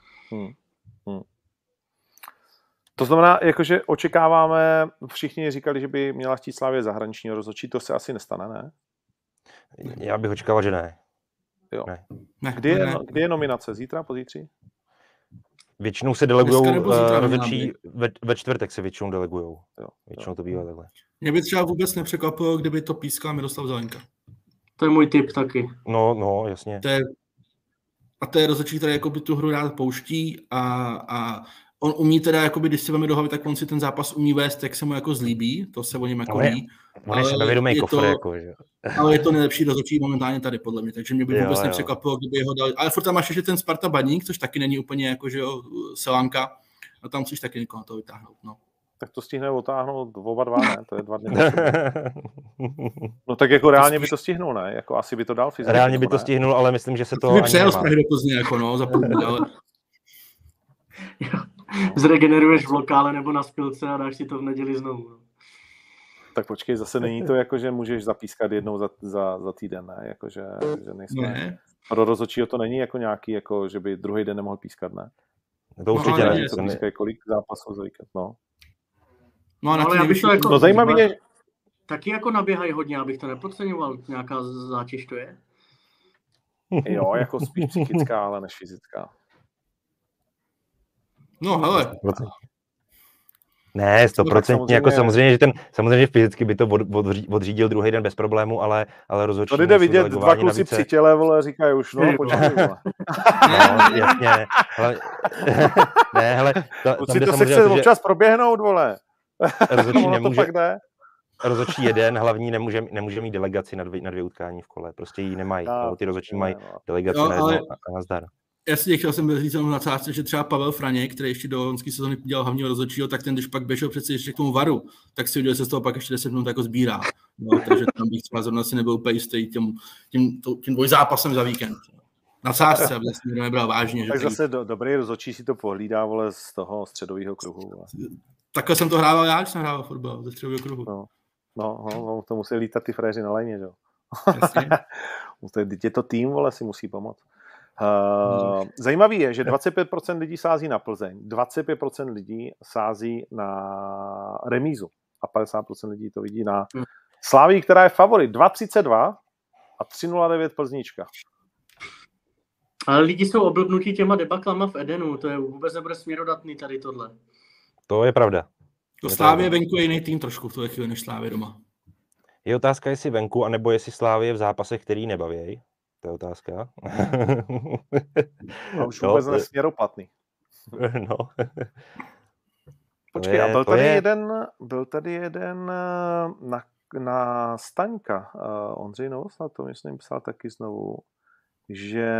To znamená, jakože očekáváme, všichni říkali, že by měla chtít Slavie zahraničního rozhodčí, to se asi nestane, ne? Já bych očekával, že ne. Jo. Ne. Kdy je nominace? Zítra, pozítří? Většinou se delegujou rozhodčí, ve čtvrtek se většinou delegujou. Většinou to bývá takhle. Mě by třeba vůbec nepřekvapilo, kdyby to pískal Miroslav Zelenka. To je můj tip taky. No, jasně. To je rozhodčí, který jakoby tu hru rád pouští a on umí teda, jakoby, když si veme do hlavy, tak on si ten zápas umí vést, jak se mu jako zlíbí, to se o něm jako ví. On je sebevědomý kofr, jako, že? Ale je to nejlepší rozhodčí momentálně tady, podle mě, takže mě by vůbec nepřekvapilo, kdyby ho dali. Ale furt tam máš ještě ten Sparta Baník, což taky není úplně jako, že jo, Selanka, a tam musíš taky někoho na to vytáhnout, no. Tak to stihne otáhnout oba dva, ne? To je 2 dny. No tak jako reálně by to stihnul, ne? Jako asi by to dal fyzicky. Reálně by to stihnul, ale myslím, že se to ani přijel z Prahy do Plzně, jako no, za půl dny, ale... Zregeneruješ v lokále nebo na spilce a dáš si to v neděli znovu. No. Tak počkej, zase není to jako, že můžeš zapískat jednou za týden, ne? Jako, že nejsme... Ne. Pro rozhodčího to není jako nějaký, jako, že by druhý den nemohl pískat, ne? To určitě ale ne. Co říkají, kolik zápasů za víkend, no. No a na ale já bych to jako... No zajímavý je... Taky jako naběhají hodně, abych to nepodceňoval, nějaká zátěž to je. Jo, jako spíš psychická, ale než fyzická. No hele. Ne, 100%, jako samozřejmě fyzicky by to odřídil druhý den bez problému, ale rozhodčí... To jde vidět, dva kluci při těle, vole, říkají už, no, počkej, vole. No, jasně, ale... ne, hele, kluci, to se chce občas proběhnout, vole. Rozhodčí nemůže... Rozhodčí jeden, hlavní nemůže mít delegaci na dvě utkání v kole, prostě ji nemají. Ty rozhodčí mají delegaci na jedno a nazdar. Jasně, chtěl jsem říct na nadsázce, že třeba Pavel Franěk, který ještě do loňské sezóny dělal hlavního rozhodčího, tak ten, když pak běžel přece ještě k tomu VARu, tak si udělal se z toho pak ještě 10 minut jako sbírá. No, takže tam bych třeba zrovna si nebyl úplně jistý tím dvojzápasem za víkend. Nadsázce, aby se nebral vážně. Tak zase dobrý rozhodčí si to pohlídá, vole, z toho středového kruhu. Vole. Takhle jsem to hrával já, když jsem hrával fotbal ze středového kruhu. No, to musí lítat ty fréři na lajně, že jo. Je to tým, vole, si musí pomoct. Zajímavý je, že 25% lidí sází na Plzeň, 25% lidí sází na remízu a 50% lidí to vidí na Slávii, která je favorit. 2,32 a 3,09 Plznička. Ale lidi jsou oblbnutí těma debaklama v Edenu, to je vůbec nebude směrodatný tady tohle. To je pravda. To Slávě venku je jiný tým trošku v tuhle chvíli než Slávě doma. Je otázka, jestli venku, anebo jestli Slávě v zápasech, který nebaví. To je otázka. A už vůbec nesměroplatný. No. Počkej, a byl tady jeden na Staňka. Ondřej Novosad to myslím psal taky znovu, že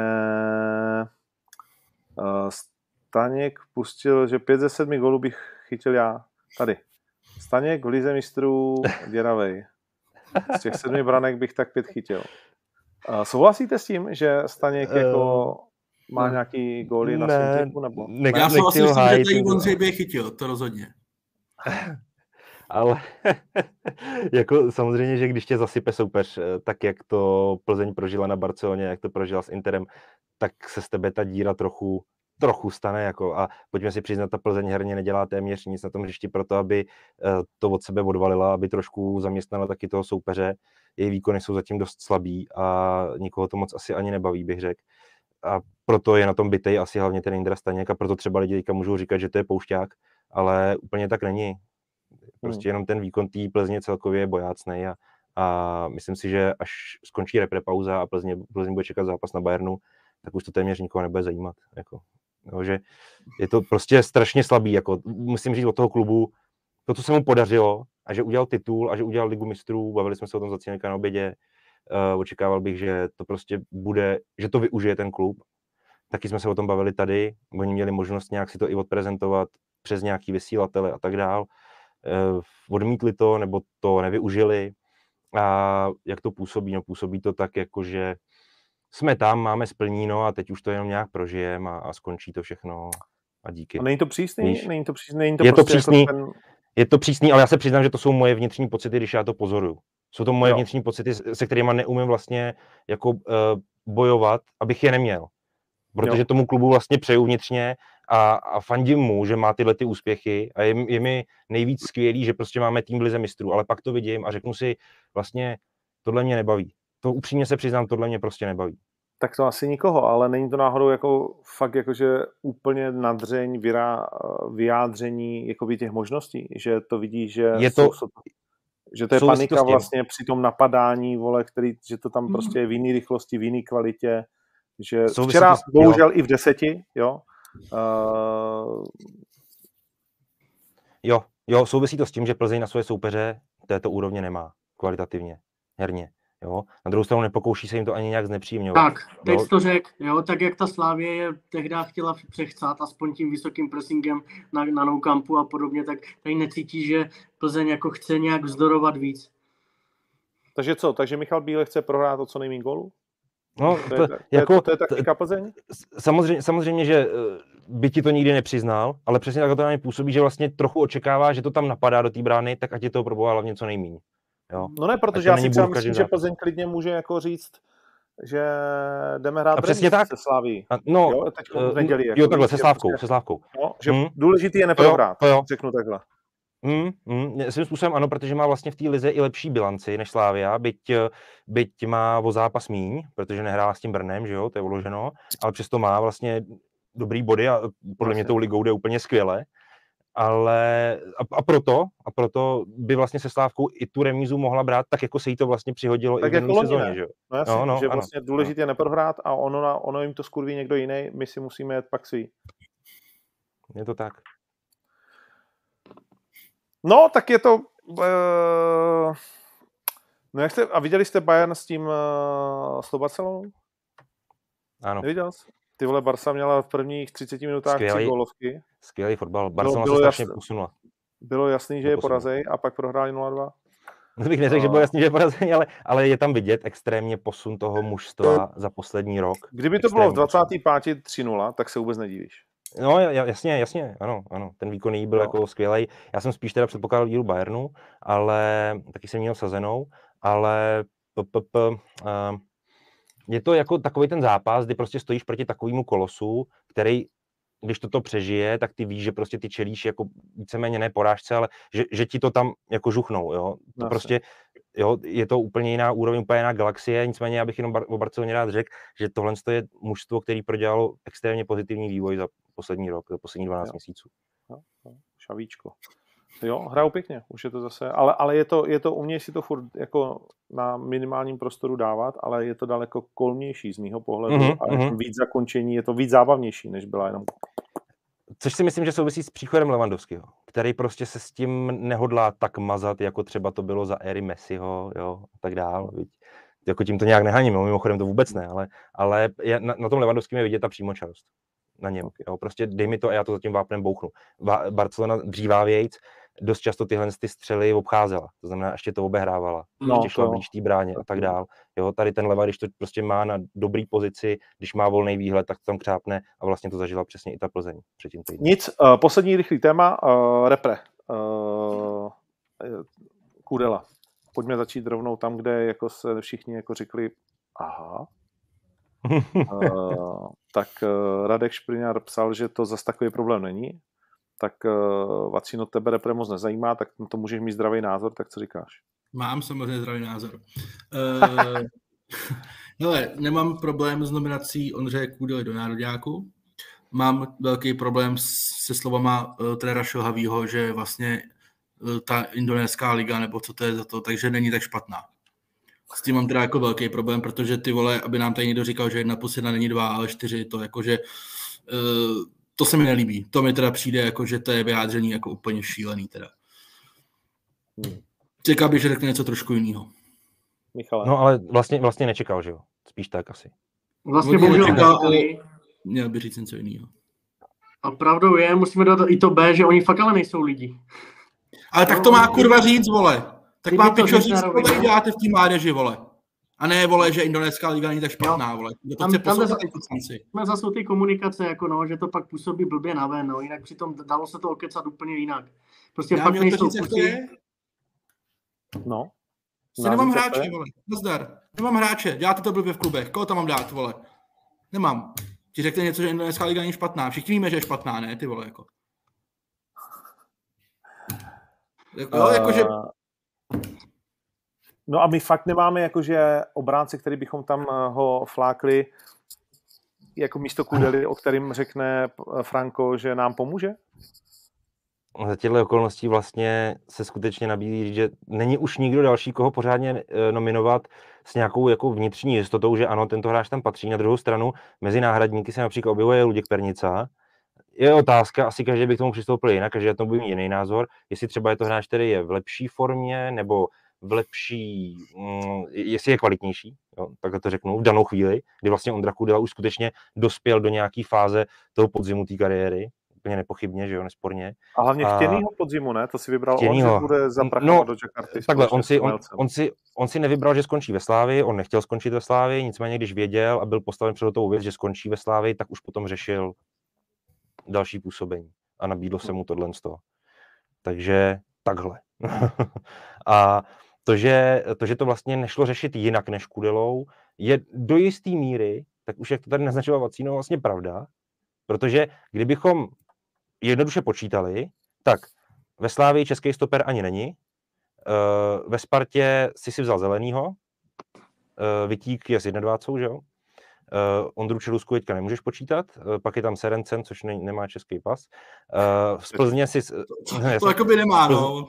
Staněk pustil, že 5 ze 7 gólů bych chytil já. Tady. Staněk v lize mistrů děravej. Z těch 7 branek bych tak 5 chytil. Souhlasíte s tím, že Staněk jako má nějaký góly na svém typu? Nebo? Já souhlasím s tím, že tady Ondřej by je chytil, to rozhodně. Ale jako samozřejmě, že když tě zasype soupeř, tak jak to Plzeň prožila na Barceloně, jak to prožila s Interem, tak se z tebe ta díra trochu stane. Jako, a pojďme si přiznat, ta Plzeň herně nedělá téměř nic na tom hřišti proto, aby to od sebe odvalila, aby trošku zaměstnala taky toho soupeře. Její výkony jsou zatím dost slabý a nikoho to moc asi ani nebaví, bych řekl. A proto je na tom bitej asi hlavně ten Indra Staněk a proto třeba lidi můžou říkat, že to je poušťák, ale úplně tak není. Prostě jenom ten výkon té Plzně celkově je bojácnej a myslím si, že až skončí reprepauza a Plzeň bude čekat zápas na Bayernu, tak už to téměř nikoho nebude zajímat. Jako, no, že je to prostě strašně slabý. Jako, musím říct od toho klubu, to, co se mu podařilo, a že udělal titul a že udělal Ligu mistrů, bavili jsme se o tom za Cíleka na obědě, očekával bych, že to prostě bude, že to využije ten klub. Taky jsme se o tom bavili tady, oni měli možnost nějak si to i odprezentovat přes nějaký vysílatele a tak dál. Odmítli to, nebo to nevyužili. A jak to působí? No, působí to tak, jako že jsme tam, máme splníno a teď už to jenom nějak prožijeme a skončí to všechno a díky. A není to přísný? Je to přísný, ale já se přiznám, že to jsou moje vnitřní pocity, když já to pozoruju. Jsou to moje vnitřní pocity, se kterými neumím vlastně jako bojovat, abych je neměl. Protože tomu klubu vlastně přeju vnitřně a fandím mu, že má tyhle ty úspěchy a je mi nejvíc skvělý, že prostě máme tým v lize mistrů, ale pak to vidím a řeknu si vlastně, tohle mě nebaví. To upřímně se přiznám, tohle mě prostě nebaví. Tak to asi nikoho, ale není to náhodou jako fakt jakože úplně nadřeň vyjádření jakoby těch možností, že to vidí, že že to je panika vlastně při tom napadání, vole, že to tam prostě je v jiný rychlosti, v jiný kvalitě, že včera bohužel i v 10, jo. Jo, souvisí to s tím, že Plzeň na svoje soupeře této úrovně nemá kvalitativně, herně. Jo? Na druhou stranu nepokouší se jim to ani nějak znepříjemňovat. Tak, teď to řek, jo, tak jak ta Slavie je tehdy chtěla přechcát aspoň tím vysokým pressingem na Nou Campu a podobně, tak tady necítí, že Plzeň jako chce nějak vzdorovat víc. Takže co? Takže Michal Bílek chce prohrát o co nejméně gólů? No, to je taktika Plzeň? Samozřejmě, že by ti to nikdy nepřiznal, ale přesně tak to na mě působí, že vlastně trochu očekává, že to tam napadá do té brány, tak ať je to proboha hlavně co nejméně. Jo? No ne, protože já si třeba myslím, že Plzeň klidně může jako říct, že jdeme hrát přesně tak se Slaví. No, jo, teď v neděli. Jo, takhle, se Slávkou. No, že důležitý je neprohrát, řeknu takhle. Svým způsobem ano, protože má vlastně v té lize i lepší bilanci než Slavia, byť má o zápas míň, protože nehrál s tím Brnem, že jo, to je uloženo, ale přesto má vlastně dobrý body a podle mě tou ligou jde úplně skvěle. Ale a proto by vlastně se Slávkou i tu remízu mohla brát, tak jako se jí to vlastně přihodilo tak i v minulé sezóně, že jo? No jasně, že vlastně důležité je neprohrát a ono jim to skurví někdo jiný, my si musíme jet pak svý. Je to tak. No, tak je to... a viděli jste Bayern s tím s tou Barcelonou? Ano. Neviděl jsi? Ty vole, Barca měla v prvních 30 minutách 3 gólovky. Skvělý fotbal. Barcelona se strašně posunula. Bylo jasný, že je porazej a pak prohráli 0-2. To bych neřekl, že bylo jasný, že je porazej, ale je tam vidět extrémně posun toho mužstva za poslední rok. Kdyby to bylo v 25. 3-0, tak se vůbec nedívíš. No jasně, ano. Ten výkon jí byl jako skvělej. Já jsem spíš teda předpokládal dílu Bayernu, ale taky jsem měl sazenou, ale je to jako takový ten zápas, kdy prostě stojíš proti takovému kolosu, který, když toto přežije, tak ty víš, že prostě ty čelíš jako víceméně ne porážce, ale že ti to tam jako žuchnou, jo. To prostě, jo, je to úplně jiná úroveň, úplně jiná galaxie, nicméně já bych jenom o Barceloně rád řekl, že tohle je mužstvo, který prodělalo extrémně pozitivní vývoj za poslední rok, za poslední 12 měsíců. Šavíčko. Jo, hrajou pěkně, už je to zase, ale je to umějí si to furt jako na minimálním prostoru dávat, ale je to daleko kolmější z mýho pohledu a víc zakončení, je to víc zábavnější, než byla jenom... Což si myslím, že souvisí s příchodem Lewandowskiho, který prostě se s tím nehodlá tak mazat, jako třeba to bylo za éry Messiho, jo, a tak dál. Jako tím to nějak nehaním, mimochodem to vůbec ne, ale na tom Lewandowském je vidět ta přímočarost. Na něm, jo, prostě dej mi to a já to za tím vápnem bouchnu. Barcelona dřívávějc dost často tyhle střely obcházela, to znamená, ještě to obehrávala, ještě šla blíž té bráně a tak dál. Jo, tady ten Leva, když to prostě má na dobrý pozici, když má volný výhled, tak to tam křápne a vlastně to zažila přesně i ta Plzeň předtím týdnem. Nic, poslední rychlý téma, repre. Kudela. Pojďme začít rovnou tam, kde jako se všichni jako řekli, aha. Tak Radek Špriňar psal, že to zas takový problém není. Tak Vacino, tebe repre moc nezajímá, tak to můžeš mít zdravý názor, tak co říkáš? Mám samozřejmě zdravý názor. Hele, nemám problém s nominací Ondřeje Kůdely do nároďáku. Mám velký problém se slovama trenéra Šilhavýho, že vlastně ta indonéská liga, nebo co to je za to, takže není tak špatná. S tím mám teda jako velký problém, protože ty vole, aby nám tady někdo říkal, že 1+1 není 2, ale 4, to jakože to se mi nelíbí. To mi teda přijde jako, že to je vyjádření jako úplně šílený teda. Čekal bych, že řekne něco trošku jiného. Michale. No ale vlastně nečekal, že jo? Spíš tak asi. Vlastně bohužel nečekal, měl by říct něco jiného. A pravdou je, musíme dát i to B, že oni fakt ale nejsou lidi. Ale tak to má kurva říct, vole. Tak má pičo říct, co tady děláte v té mládeži, vole. A ne, vole, že indonéská liga není tak špatná, vole. Tam zase ty komunikace, jako no, že to pak působí blbě na ven, no, jinak přitom dalo se to okecat úplně jinak. Prostě já fakt nejsou kusy. No. Nemám hráče, vole. Nazdar. Nemám hráče, děláte to blbě v klubech. Koho tam mám dát, vole? Nemám. Ti řekne něco, že indonéská liga není špatná. Všichni víme, že je špatná, ne, ty vole, jako. Jakože... No a my fakt nemáme jakože obránce, který bychom tam ho flákli jako místo Kudely, o kterým řekne Franko, že nám pomůže? Za těchto okolností vlastně se skutečně nabízí, že není už nikdo další, koho pořádně nominovat s nějakou jako vnitřní jistotou, že ano, tento hráč tam patří. Na druhou stranu mezi náhradníky se například objevuje Luděk Pernica. Je otázka, asi každý by k tomu přistoupil jinak, každý na tom bude mít jiný názor, jestli třeba je to hráč, který je v lepší formě, nebo v lepší, jestli je kvalitnější, jo, takhle to řeknu, v danou chvíli, kdy vlastně Ondra Kudela už skutečně dospěl do nějaký fáze toho podzimu té kariéry, úplně nepochybně, že jo, nesporně. A hlavně chtěnýho podzimu, ne? To si vybral on, že bude zaprachovat do Jakarty. Takhle, on si nevybral, že skončí ve Slávii, on nechtěl skončit ve Slávii, nicméně když věděl a byl postaven před tou věc, že skončí ve Slávii, tak už potom řešil další působení a nabídlo se mu tohle z toho. Takže takhle. A to, že to vlastně nešlo řešit jinak než Kudelou, je do jisté míry, tak už jak to tady naznačoval Vacíno, vlastně pravda, protože kdybychom jednoduše počítali, tak ve Slávii český stoper ani není, ve Spartě si vzal Zelenýho, Vytík je s 21, že jo? Ondru Čelusku teďka nemůžeš počítat, pak je tam Serencen, což nemá český pas. Z Plzně si... To jakoby nemá, no.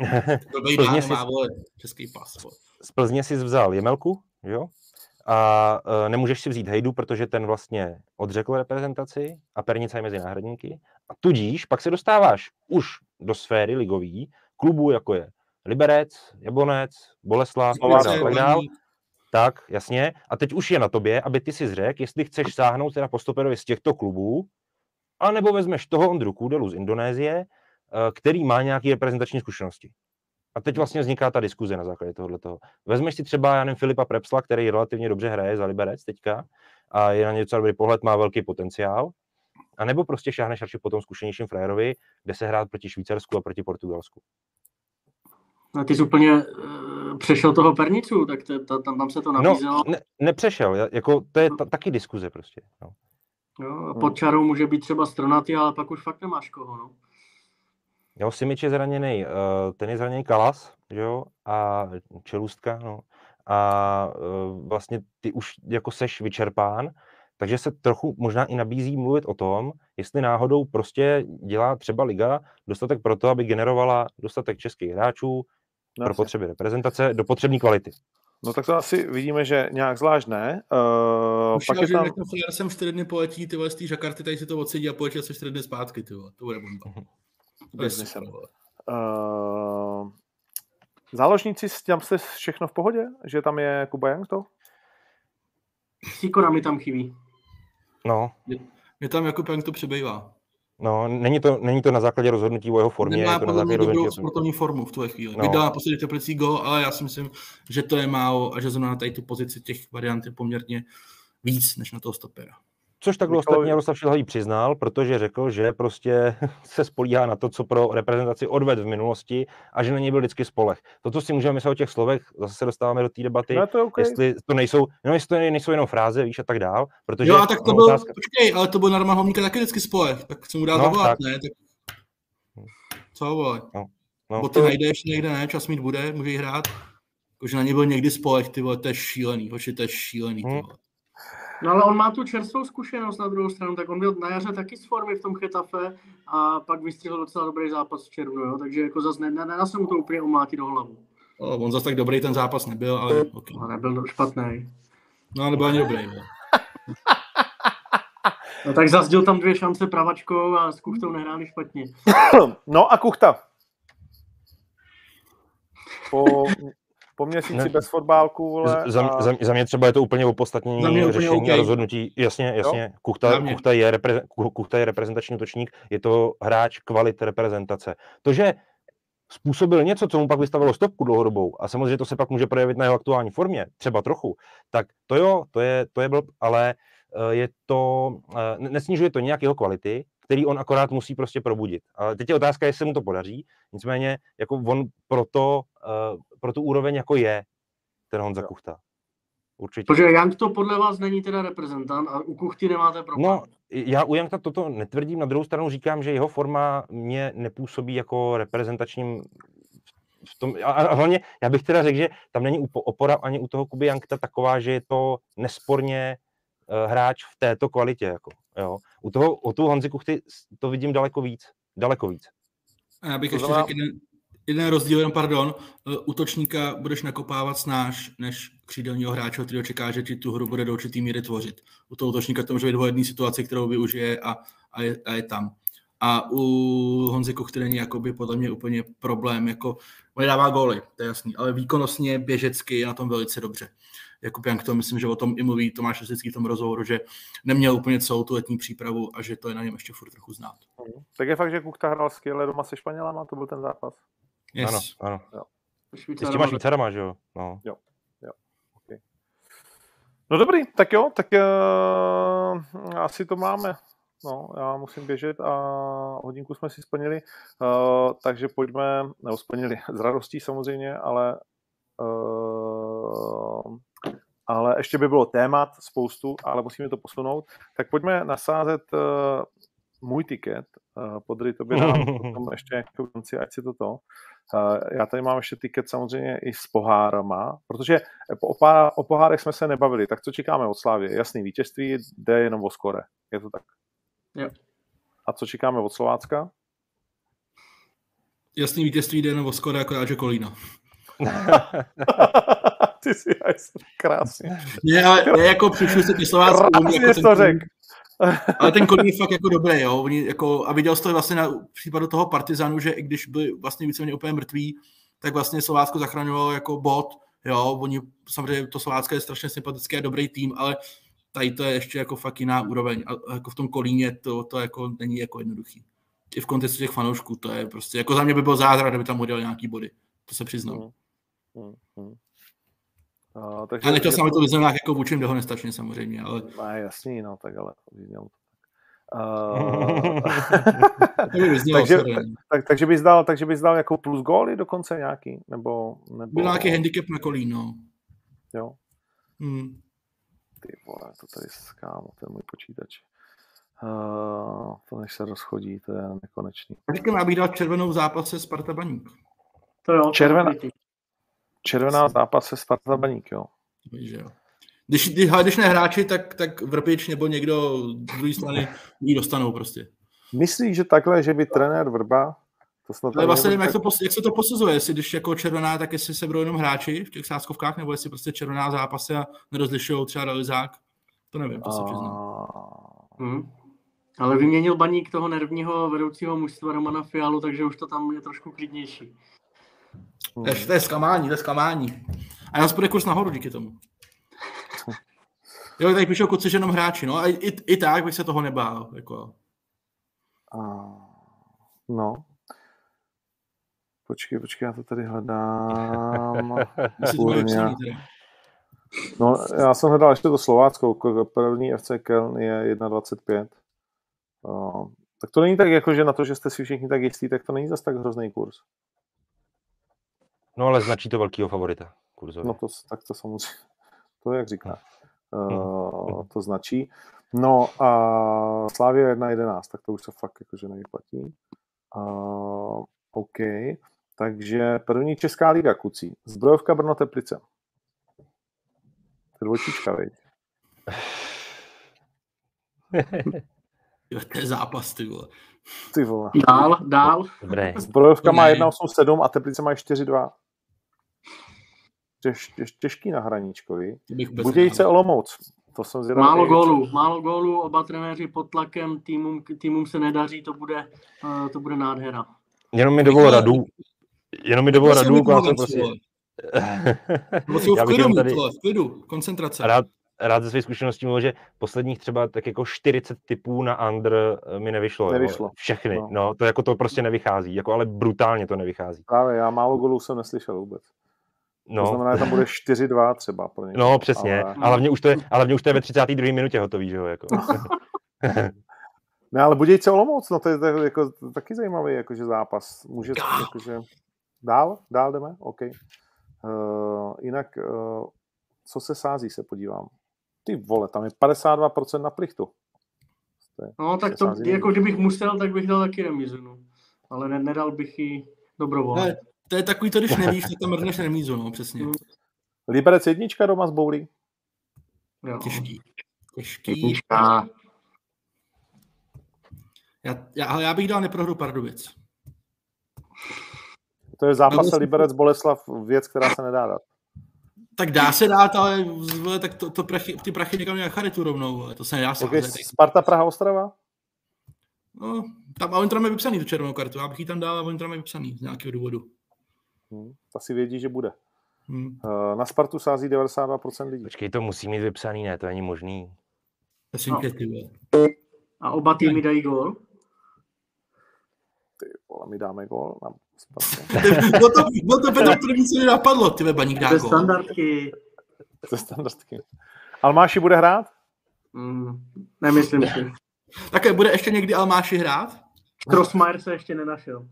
Český pas. Z Plzně si vzal Jemelku, jo? A nemůžeš si vzít Hejdu, protože ten vlastně odřekl reprezentaci a Pernica je mezi náhradníky. A tudíž pak se dostáváš už do sféry ligový klubů, jako je Liberec, Jablonec, Boleslav, tak dál. Tak, jasně. A teď už je na tobě, aby ty si řekl, jestli chceš sáhnout teda po stoperovi z těchto klubů, anebo vezmeš toho Ondru Kůdelu z Indonésie, který má nějaké reprezentační zkušenosti. A teď vlastně vzniká ta diskuze na základě tohoto. Vezmeš si třeba, já nevím, Filipa Prepsla, který relativně dobře hraje za Liberec teďka a je na něco dobrý pohled, má velký potenciál, a nebo prostě šáhneš radši po tom zkušenějším frajerovi, kde se hrát proti Švýcarsku a proti Portugalsku. A ty jsi úplně přešel toho Pernicu, tak tam se to nabízelo. No, nepřešel, jako to je taky diskuze prostě. No. Jo, pod čarou může být třeba Stronatý, ale pak už fakt nemáš koho, no. Jo, Simič je zraněný, ten je zraněný Kalas, že jo, a Čelůstka, no. A vlastně ty už jako seš vyčerpán, takže se trochu možná i nabízí mluvit o tom, jestli náhodou prostě dělá třeba liga dostatek pro to, aby generovala dostatek českých hráčů pro potřeby reprezentace do potřebné kvality. No tak to asi vidíme, že nějak zvlášť ne. Pak je tam... Já jsem 4 dny poletí, ty vole, z té Žakarty, tady si to odsedí a poletěl se 4 dny zpátky, ty vole. To bude bomba. Záložníci, tam jste všechno v pohodě? Že tam je Kuba Young to? Sikora mi tam chybí. No. Mě tam jako Young to přebývá. No, není to na základě rozhodnutí o jeho formě. Nemá je to na základě rozhodnutí sportovní formu v tuhle chvíli. No. Vydal na poslední Teplicí gól, ale já si myslím, že to je málo a že zrovna na tady tu pozici těch variant je poměrně víc než na toho stopera. Což takhle ostatně Jaroslav Šilhavý přiznal, protože řekl, že prostě se spolíhá na to, co pro reprezentaci odvedl v minulosti a že na něj byl vždycky spoleh. To, co si můžeme myslet o těch slovech, zase se dostáváme do té debaty, jestli to nejsou jenom fráze, víš, a tak dál. Protože jo, a tak to byl, počkej, ale to byl Norman Homníka taky vždycky spoleh, tak co mu dá zavolat, ne? Tak... Co, vole? No, boty najdeš, někde ne, čas mít bude, může jí hrát. Jakože na něj byl někdy spoleh, ty vole, to je šílený, hoši, to je šílený, ty vole. No ale on má tu čerstvou zkušenost na druhou stranu, tak on byl na jaře taky z formy v tom Chetafe a pak vystřihl docela dobrý zápas v červnu, jo? Takže jako zase nedá se mu to úplně omlátit do hlavu. On zase tak dobrý ten zápas nebyl, ale okay. No, nebyl špatný. No, nebyl ani dobrý, jo. No tak zazděl tam 2 šance pravačkou a s Kuchtou nehráli špatně. No a Kuchta. Po měsíci bez fotbálku, vole. Za mě třeba je to úplně opodstatnění řešení a rozhodnutí. Jasně. Kuchta je reprezentační útočník, je to hráč kvalit reprezentace. To, že způsobil něco, co mu pak vystavilo stopku dlouhodobou, a samozřejmě to se pak může projevit na jeho aktuální formě, třeba trochu, tak to jo, to je blb, ale je to, nesnižuje to nějak jeho kvality, který on akorát musí prostě probudit. Ale teď je otázka, jestli se mu to podaří, nicméně jako on pro tu úroveň jako je ten Honza Kuchta. Určitě. Protože Young to podle vás není teda reprezentant a u Kuchty nemáte problém. No, já u Youngta toto netvrdím, na druhou stranu říkám, že jeho forma mě nepůsobí jako reprezentačním v tom, a hlavně já bych teda řekl, že tam není opora ani u toho Kuby Youngta taková, že je to nesporně hráč v této kvalitě. Jako, jo. U toho Honzy Kuchty to vidím daleko víc. A já bych ještě řekl jeden rozdíl, útočníka budeš nakopávat snáš, než křídelního hráče, který očeká, že ti tu hru bude do určitý míry tvořit. U toho útočníka to může být dvojedný situaci, kterou využije a je tam. A u Honzy Kuchty není jakoby podle mě úplně problém, jako on dává góly, to je jasný, ale výkonnostně, běžecky je na tom velice dobře. Jakub Young to myslím, že o tom i mluví Tomáš Rosický v tom rozhovoru, že neměl úplně celou tu letní přípravu a že to je na něm ještě furt trochu znát. Tak je fakt, že Kuchta hrál skvěle doma se Španělama, to byl ten zápas. Yes. Ano. Jo. S těma Švýcarama, že jo? No. Jo. Okay. No dobrý, tak asi to máme. No, já musím běžet a hodinku jsme si splnili, takže pojďme, s radostí samozřejmě, ale ale ještě by bylo témat spoustu, ale musíme to posunout. Tak pojďme nasázet můj tiket. Podry, tobě dám potom ještě nějakou konci, ať si to. Já tady mám ještě tiket samozřejmě i s pohárama, protože o pohárech jsme se nebavili. Tak co čekáme od Slávy? Jasný vítězství, jde jenom o skore. Je to tak? Jo. A co čekáme od Slovácka? Jasný vítězství jde jenom o skore, akorát, že Kolína. Ty si krásně. Ne, jako přišli se ty Slovácku. Krásně to řekl. Ale ten Kolín je fakt jako dobrý, jo. Oni jako, a viděl jsi to vlastně na případu toho Partizanu, že i když byli vlastně víceméně úplně mrtví, tak vlastně Slovácko zachraňovalo jako bod, jo. Oni, samozřejmě to Slovácko je strašně sympatický a dobrý tým, ale tady to je ještě jako fakt jiná úroveň. A jako v tom Kolíně to jako není jako jednoduchý. I v kontextu těch fanoušků, to je prostě, jako za mě by byl zázrak, kdyby tam udělal nějaký body. To se přiznám. Takže ale nechtěl jsem, aby to vyznal jako vůči dehonestačně samozřejmě, ale... Ne, jasný, no, tak ale vyznělo to tak. Takže bys dal jako plus góly dokonce nějaký? Nebo... Byl nějaký handicap na Kolín, no. Jo. Ty vole, to tady skámo, ten můj počítač. To než se rozchodí, to je nekonečný. Říkám, abych dal červenou v zápase Sparta Baník. To jo. Červená zápase Sparta Baník, jo. Když ne hráči, tak Vrbič nebo někdo z druhé strany ji dostanou prostě. Myslíš, že takhle, že by trenér Vrba... Ale vlastně nevím, jak se to posuzuje, jestli když jako červená, tak jestli se budou jenom hráči v těch sázkovkách, nebo jestli prostě červená zápasy a nerozlišují třeba realizák. To nevím, to se přiznám. Ale vyměnil Baník toho nervního vedoucího mužstva Romana Fialu, takže už to tam je trošku klidnější. To je zklamání. A nás bude kurz nahoru díky tomu. Jo, tady píšou kluci, že jenom hráči, no a i tak bych se toho nebál. Jako. No. Počkej, já to tady hledám. No, já jsem hledal ještě to Slovácko. První FC Köln je 1,25. Tak to není tak jako, že na to, že jste si všichni tak jistí, tak to není zase tak hrozný kurz. No ale značí to velkýho favorita kurzově. No tak to samozřejmě, to jak říká. To značí. No a Slavia 1,11, tak to už se fakt jakože nevyplatí. OK, takže první česká liga, kucí. Zbrojovka Brno Teplice. To je dvojčička, veď? To je zápas, ty vole. Ty vole. Dál. Dobré. Zbrojovka má 1,87 a Teplice má 4,2. Těžký na hraníčkovi. Budějce Olomouc. To jsem zvědavý. Málo gólů, oba trenéři pod tlakem, týmům se nedaří, to bude nádhera. Jenom mi dovol radu, ukázal prostě. V klidu, koncentrace. Rád ze své zkušeností mluvil, že posledních třeba tak jako 40 typů na under mi nevyšlo. Všechny. No, to jako to prostě nevychází, jako ale brutálně to nevychází. Právě, já málo gólů jsem neslyšel vůbec. No. To znamená, že tam bude 4-2 třeba. Pro něj. No, přesně. Ale hlavně už to je ve 32. minutě hotový, že jo? Jako. Ne, ale Budějce Olomouc, no to je jako taky zajímavý jakože zápas. Může jakože... Dál jdeme? OK. Jinak, co se sází, se podívám. Ty vole, tam je 52% na plichtu. No, tak to, jako kdybych musel, tak bych dal taky remízu, no. Ale nedal bych ji dobrovolně. To je takový to, když nevíš, tak tam mrneš remízu, no, přesně. Liberec 1 doma z Boulí. Těžký. Já bych dal neprohru Pardubic. To je zápas Liberec Boleslav, věc, která se nedá dát. Tak dá se dát, ale tak ty prachy někam nějak charitu rovnou, ale to se nedá okay, Sparta Praha Ostrava? No, tam, a oni tam mají vypsaný tu červenou kartu, já bych ji tam dal, a oni tam mají vypsaný z nějakého důvodu. To si vědí, že bude. Na Spartu sází 92% lidí. Počkej, to musí mít vypsaný, ne, to není možný. A oba týmy dají gól? Ty vole, my dáme gól na Spartu. Bylo to Petr, to nic mi napadlo, ty Baník dá gól. To je standardky. Almáši bude hrát? Nemyslím si. Také bude ještě někdy Almáši hrát? Crossmayer se ještě nenašel.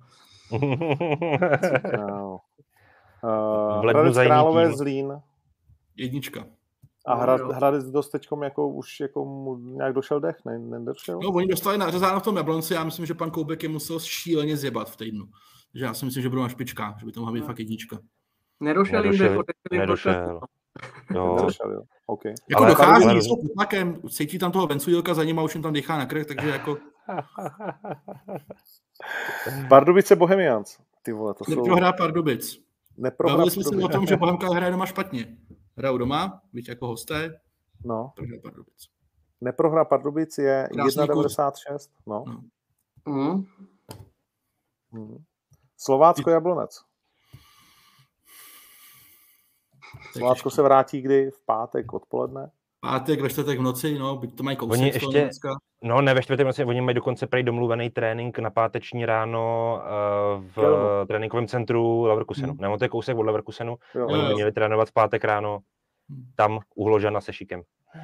Hradec Králové Zlín. 1. A Hradec dost teďkom jako už jako mu nějak došel dech, nedošel? No, oni dostali nařezáno v tom Jablonci, já myslím, že pan Koubek je musel šíleně zjebat v týdnu. Takže já si myslím, že budou na špičkách, že by to mohla být fakt jednička. Nedošel. Jo. Okay. Jako dochází, jsou pod tlakem, cítí tam toho Vencudilka za nima, už jim tam dýchá na krk, takže jako... Pardubice Bohemians. Ty vole, to Neprohrá Pardubic. Bavili jsme se o tom, že Bohemka hraje doma špatně. Hrajou doma, byť jako hosté. No. Prohrá Pardubic. Neprohra Pardubic je 1,96. No. Slovácko Jablonec. Slovácko se vrátí kdy? V pátek odpoledne? Pátek, ve čtvrtek v noci, no, byť to mají kousek z toho dneska. No, ne ve čtvrtek v noci, oni mají dokonce prej domluvený trénink na páteční ráno v tréninkovém centru Leverkusenu. Nebo to je kousek od Leverkusenu. Oni by měli trénovat v pátek ráno tam u Hložana se Šikem.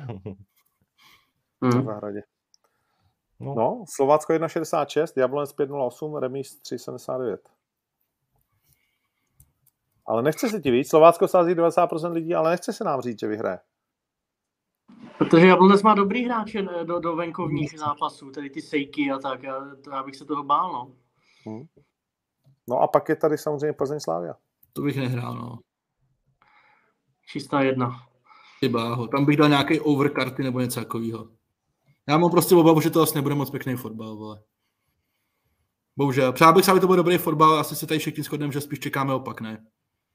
V zahradě. No, Slovácko 1,66, Jablonec 5,08, remíz 3,79. Ale nechce se ti víc, Slovácko sází 90% lidí, ale nechce se nám říct, že vyhraje. Protože Jablonec má dobrý hráče do venkovních zápasů, tedy ty sejky a tak, já bych se toho bál, no. No a pak je tady samozřejmě Plzeň Slavia. To bych nehrál, no. Čistá 1. Ty bláho, tam bych dal nějaký overkarty nebo něco takového. Já mám prostě obavu, že to vlastně nebude moc pěkný fotbal, vole. Bohužel. Přál bych se, aby to byl dobrý fotbal, asi se tady všichni shodneme, že spíš čekáme opak, ne?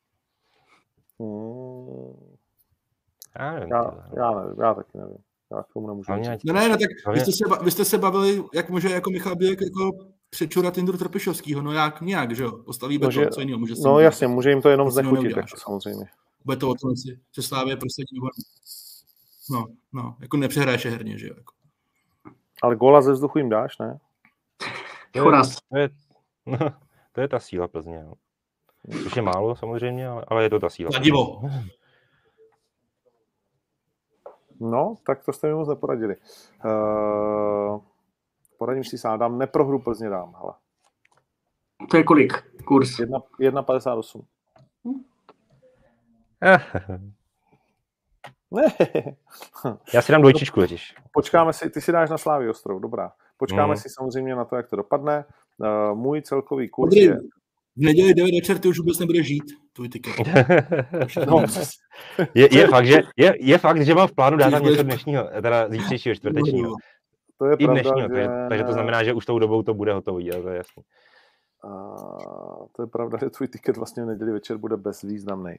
Já taky nevím. Já k tomu nemůžu říct. Ne, tak vy jste se bavili, jak může jako Michal Bílek jako přečurat Jindru Trpišovskýho, no jak nějak, že jo? Postaví beton, co jiného může se. No jasně, může jim to jenom znechutit, tak samozřejmě. Bude to o tom, jestli se Slávě prostě jako nepřehraješ herně, že jo? Jako. Ale góla ze vzduchu jim dáš, ne? To je ta síla Plzně. No. Což je málo samozřejmě, ale je to ta síla. Kladivo. No, tak to jste mi moc neporadili. Poradím si sám, dám neprohru Plzně dám, hele. To je kolik kurz? 1,58. Já si dám dvojčičku totiž. Počkáme si, ty si dáš na Slávy Ostrov, dobrá. Počkáme si samozřejmě na to, jak to dopadne. Můj celkový kurz je... V neděli 9 večer ty už vůbec nebudeš žít, tvůj tiket. je fakt, že mám v plánu dát tam něco dnešního, teda zítřejšího, čtvrtečního. To je pravda, dnešního, takže to znamená, že už tou dobou to bude hotový, ale to je jasný. To je pravda, že tvůj tiket vlastně v neděli večer bude bezvýznamný.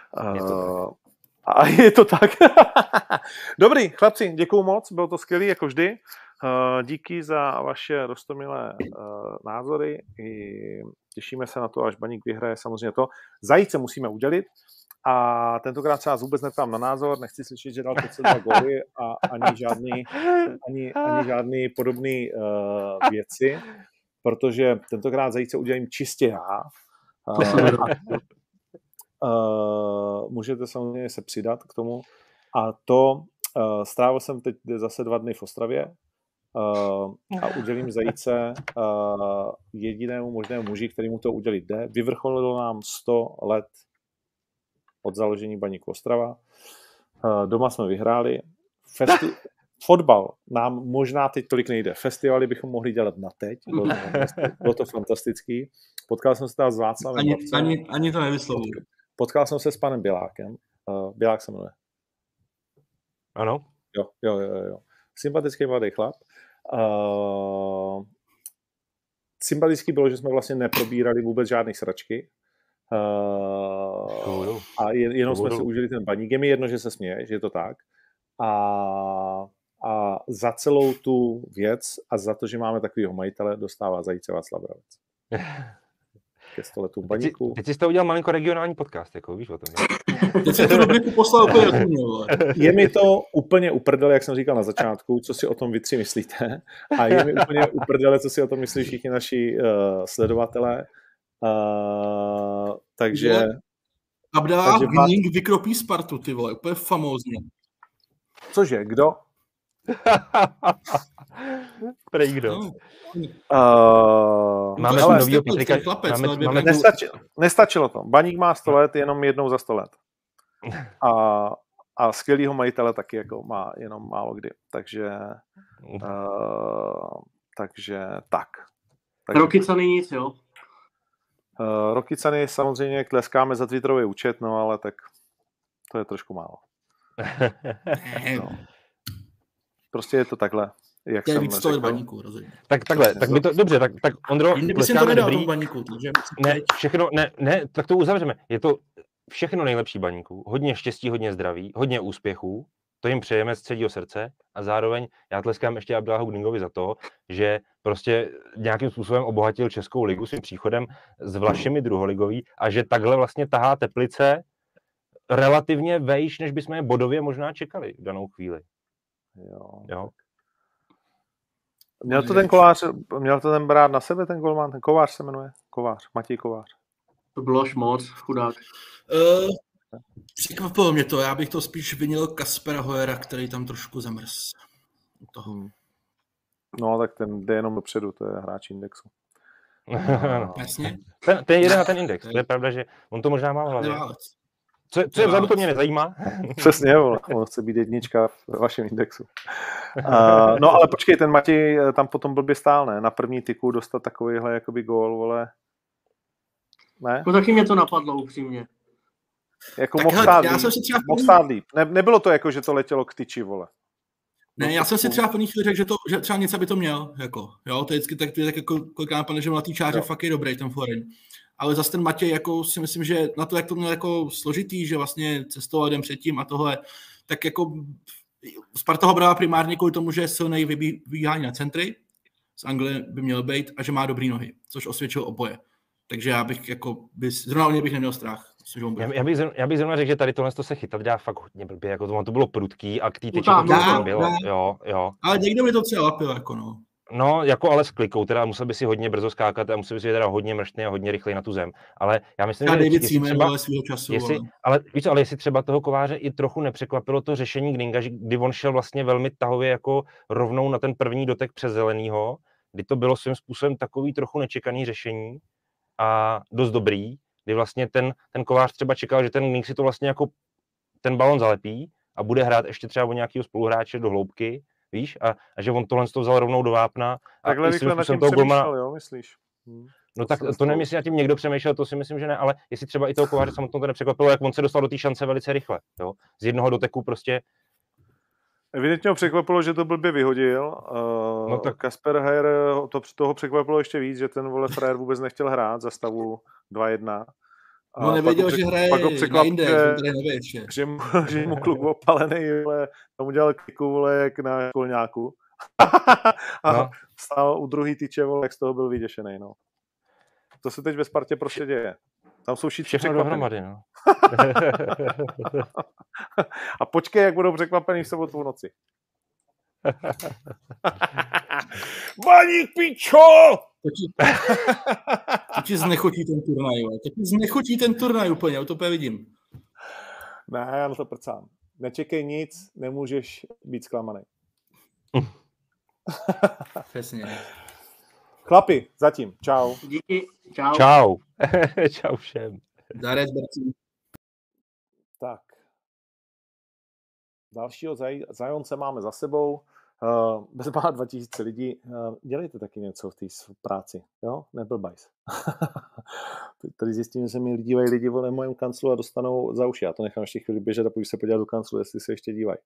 A je to tak. Dobrý, chlapci, děkuju moc, bylo to skvělý, jako vždy. Díky za vaše roztomilé názory. Těšíme se na to, až Baník vyhraje samozřejmě to. Zajíce musíme udělit a tentokrát se vás vůbec neptám na názor, nechci slyšet, že dal 502 góly a ani žádný podobný věci, protože tentokrát Zajíce udělím čistě já. Můžete samozřejmě se přidat k tomu. A to strávil jsem teď zase 2 dny v Ostravě a udělím Zajíce jedinému možnému muži, který mu to udělit jde. Vyvrcholilo nám 100 let od založení Baníku Ostrava. Doma jsme vyhráli. Fotbal nám možná teď tolik nejde. Festivaly bychom mohli dělat na teď. Bylo to fantastický. Potkal jsem se teda s Václavem. Ani to nevyslovuji. Potkal jsem se s panem Bělákem. Bělák se jmenuje. Ano. Jo. Sympatický mladý chlap. Sympatický bylo, že jsme vlastně neprobírali vůbec žádné sračky. A jenom jsme si užili ten Baník. Je mi jedno, že se směješ, je to tak. A za celou tu věc a za to, že máme takovýho majitele, dostává Zajíce Václav Bravec. Ke 100 letům Baníku. Teď jsi to udělal malinko regionální podcast, jako víš o tom. Teď jsi to rubriku poslal úplně Je mi to úplně uprdele, jak jsem říkal na začátku, co si o tom vy 3 myslíte. A je mi úplně uprdele, co si o tom myslí všichni naši sledovatelé. Takže... Abdallah Gník vykropí Spartu, ty vole, úplně famózně. Cože, kdo? Prej kdo? Máme tu novýho Pítrika. Nestačilo to. Baník má 100 let jenom jednou za 100 let. a skvělýho majitele taky jako má jenom málo kdy. Takže tak. Rokycany nic, jo? Rokycany samozřejmě tleskáme za Twitterový účet, no ale tak to je trošku málo. No. Prostě je to takhle. Jak to je jsem víc toho baníku, rozhodně. Tak takhle, tak by to, dobře, tak Ondro, tleskáme dobrý. Baníku, takže tak to uzavřeme. Je to všechno nejlepší baníku, hodně štěstí, hodně zdraví, hodně úspěchů, to jim přejeme z celého srdce a zároveň já tleskám ještě Abdeláhu Gdingovi za to, že prostě nějakým způsobem obohatil Českou ligu svým příchodem s Vlašimi druholigový a že takhle vlastně tahá Teplice relativně vejš, než bychom je bodově možná čekali v danou chvíli. Jo. Měl to ten Kovář, měl to ten brát na sebe, ten golman, ten Kovář se jmenuje? Matěj Kovář. To bylo moc, chudák. Překvapilo mě to, já bych to spíš vinil Kaspera Hojera, který tam trošku zamrz. No, tak ten jde jenom dopředu, to je hráč Indexu. Jasně. Ten jede na ten Index, to je pravda, že on to možná má v hlavě. Co je vzadu, to mě nezajímá. Přesně, on chce být jednička v vašem Indexu. No ale počkej, ten Matěj tam potom blbě stál, ne? Na první tyku dostat takovýhle jakoby gól, vole. Ne? No taky mě to napadlo upřímně. Jako mohl stát líp. Nebylo to jako, že to letělo k tyči, vole. Ne, já jsem si třeba po nich řekl, že třeba něco by to měl, jako, jo, to je vždycky tak jako kolikrát napadne, že mladý čáře fakt je dobrý, ten foreign. Ale zase ten Matěj, jako si myslím, že na to, jak to měl jako složitý, že vlastně cestoval den předtím a tohle, tak jako Sparta ho brala primárně kvůli tomu, že je silnej vybíhání na centry, z Anglie by měl být a že má dobrý nohy, což osvědčil oboje. Takže já bych jako, zrovna o něj bych neměl strach. Já bych zrovna řekl, že tady tohle se chytat dělá fakt hodně blbě, jako to bylo prudký a k té tyči to bylo. Jo. Ale někdo mi to třeba lapil, jako no. No, jako ale s klikou, teda musel by si hodně brzo skákat a musel by si teda hodně mrštný a hodně rychlej na tu zem. Ale já myslím, že třeba svýho času, ale jestli třeba toho Kováře i trochu nepřekvapilo to řešení Gdinga, kdy on šel vlastně velmi tahově jako rovnou na ten první dotek přes zelenýho, kdy to bylo svým způsobem takový trochu nečekaný řešení a dost dobrý, kdy vlastně ten Kovář třeba čekal, že ten Gding si to vlastně jako ten balon zalepí a bude hrát ještě třeba o nějakého spoluhráče do hloubky, víš, a že on tohle to vzal rovnou do vápna. Takhle rychle nad tím přemýšlel, jo, myslíš? No tak to nevím, jestli nad tím někdo přemýšlel, to si myslím, že ne, ale jestli třeba i toho Kováře samotnou to nepřekvapilo, jak on se dostal do té šance velice rychle, jo, z jednoho doteku prostě. Evidentně ho překvapilo, že to blbě vyhodil. No tak Kasper Heyer, toho překvapilo ještě víc, že ten vole frajer vůbec nechtěl hrát za stavu 2-1. No nevěděl, že hraje na Index, že mu kluk opalený, vole, tomu dělal kliku, vole, jak na školňáku. A stál u druhý tyče, vole, jak z toho byl vyděšený, no. To se teď ve Spartě prostě děje. Tam jsou všichni překvapení. No. A počkej, jak budou překvapení v sobotu v noci. Baník, pičo! To ti znechutí ten turnaj, to ti znechutí ten turnaj úplně, to úplně vidím. Ne, já na to prcám. Nečekej nic, nemůžeš být zklamaný. Přesně. Chlapi, zatím. Čau. Díky. Čau. Čau. Čau všem. Darec, Bercí. Tak. Dalšího zajonce máme za sebou. Bezmála 2000 lidí. Dělejte taky něco v té práci, jo? Neblbajs. Tady zjistím, že se mi dívají lidi v mém kanclu a dostanou za uši. Já to nechám ještě chvíli běžet a půjdu se podívat do kanclu, jestli se ještě dívají.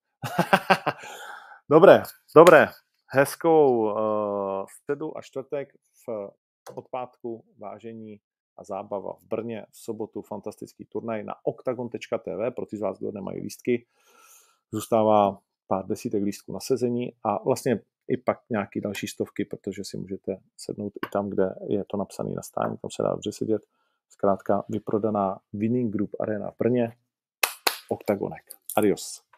Dobré. Hezkou středu a čtvrtek od pátku vážení a zábava v Brně, v sobotu fantastický turnaj na octagon.tv, pro ty z vás, kdo nemají lístky. Zůstává pár desítek lístků na sezení a vlastně i pak nějaký další stovky, protože si můžete sednout i tam, kde je to napsané na stání, tam se dá dobře sedět. Zkrátka vyprodaná Winning Group Arena v Brně, Octagonek. Adios.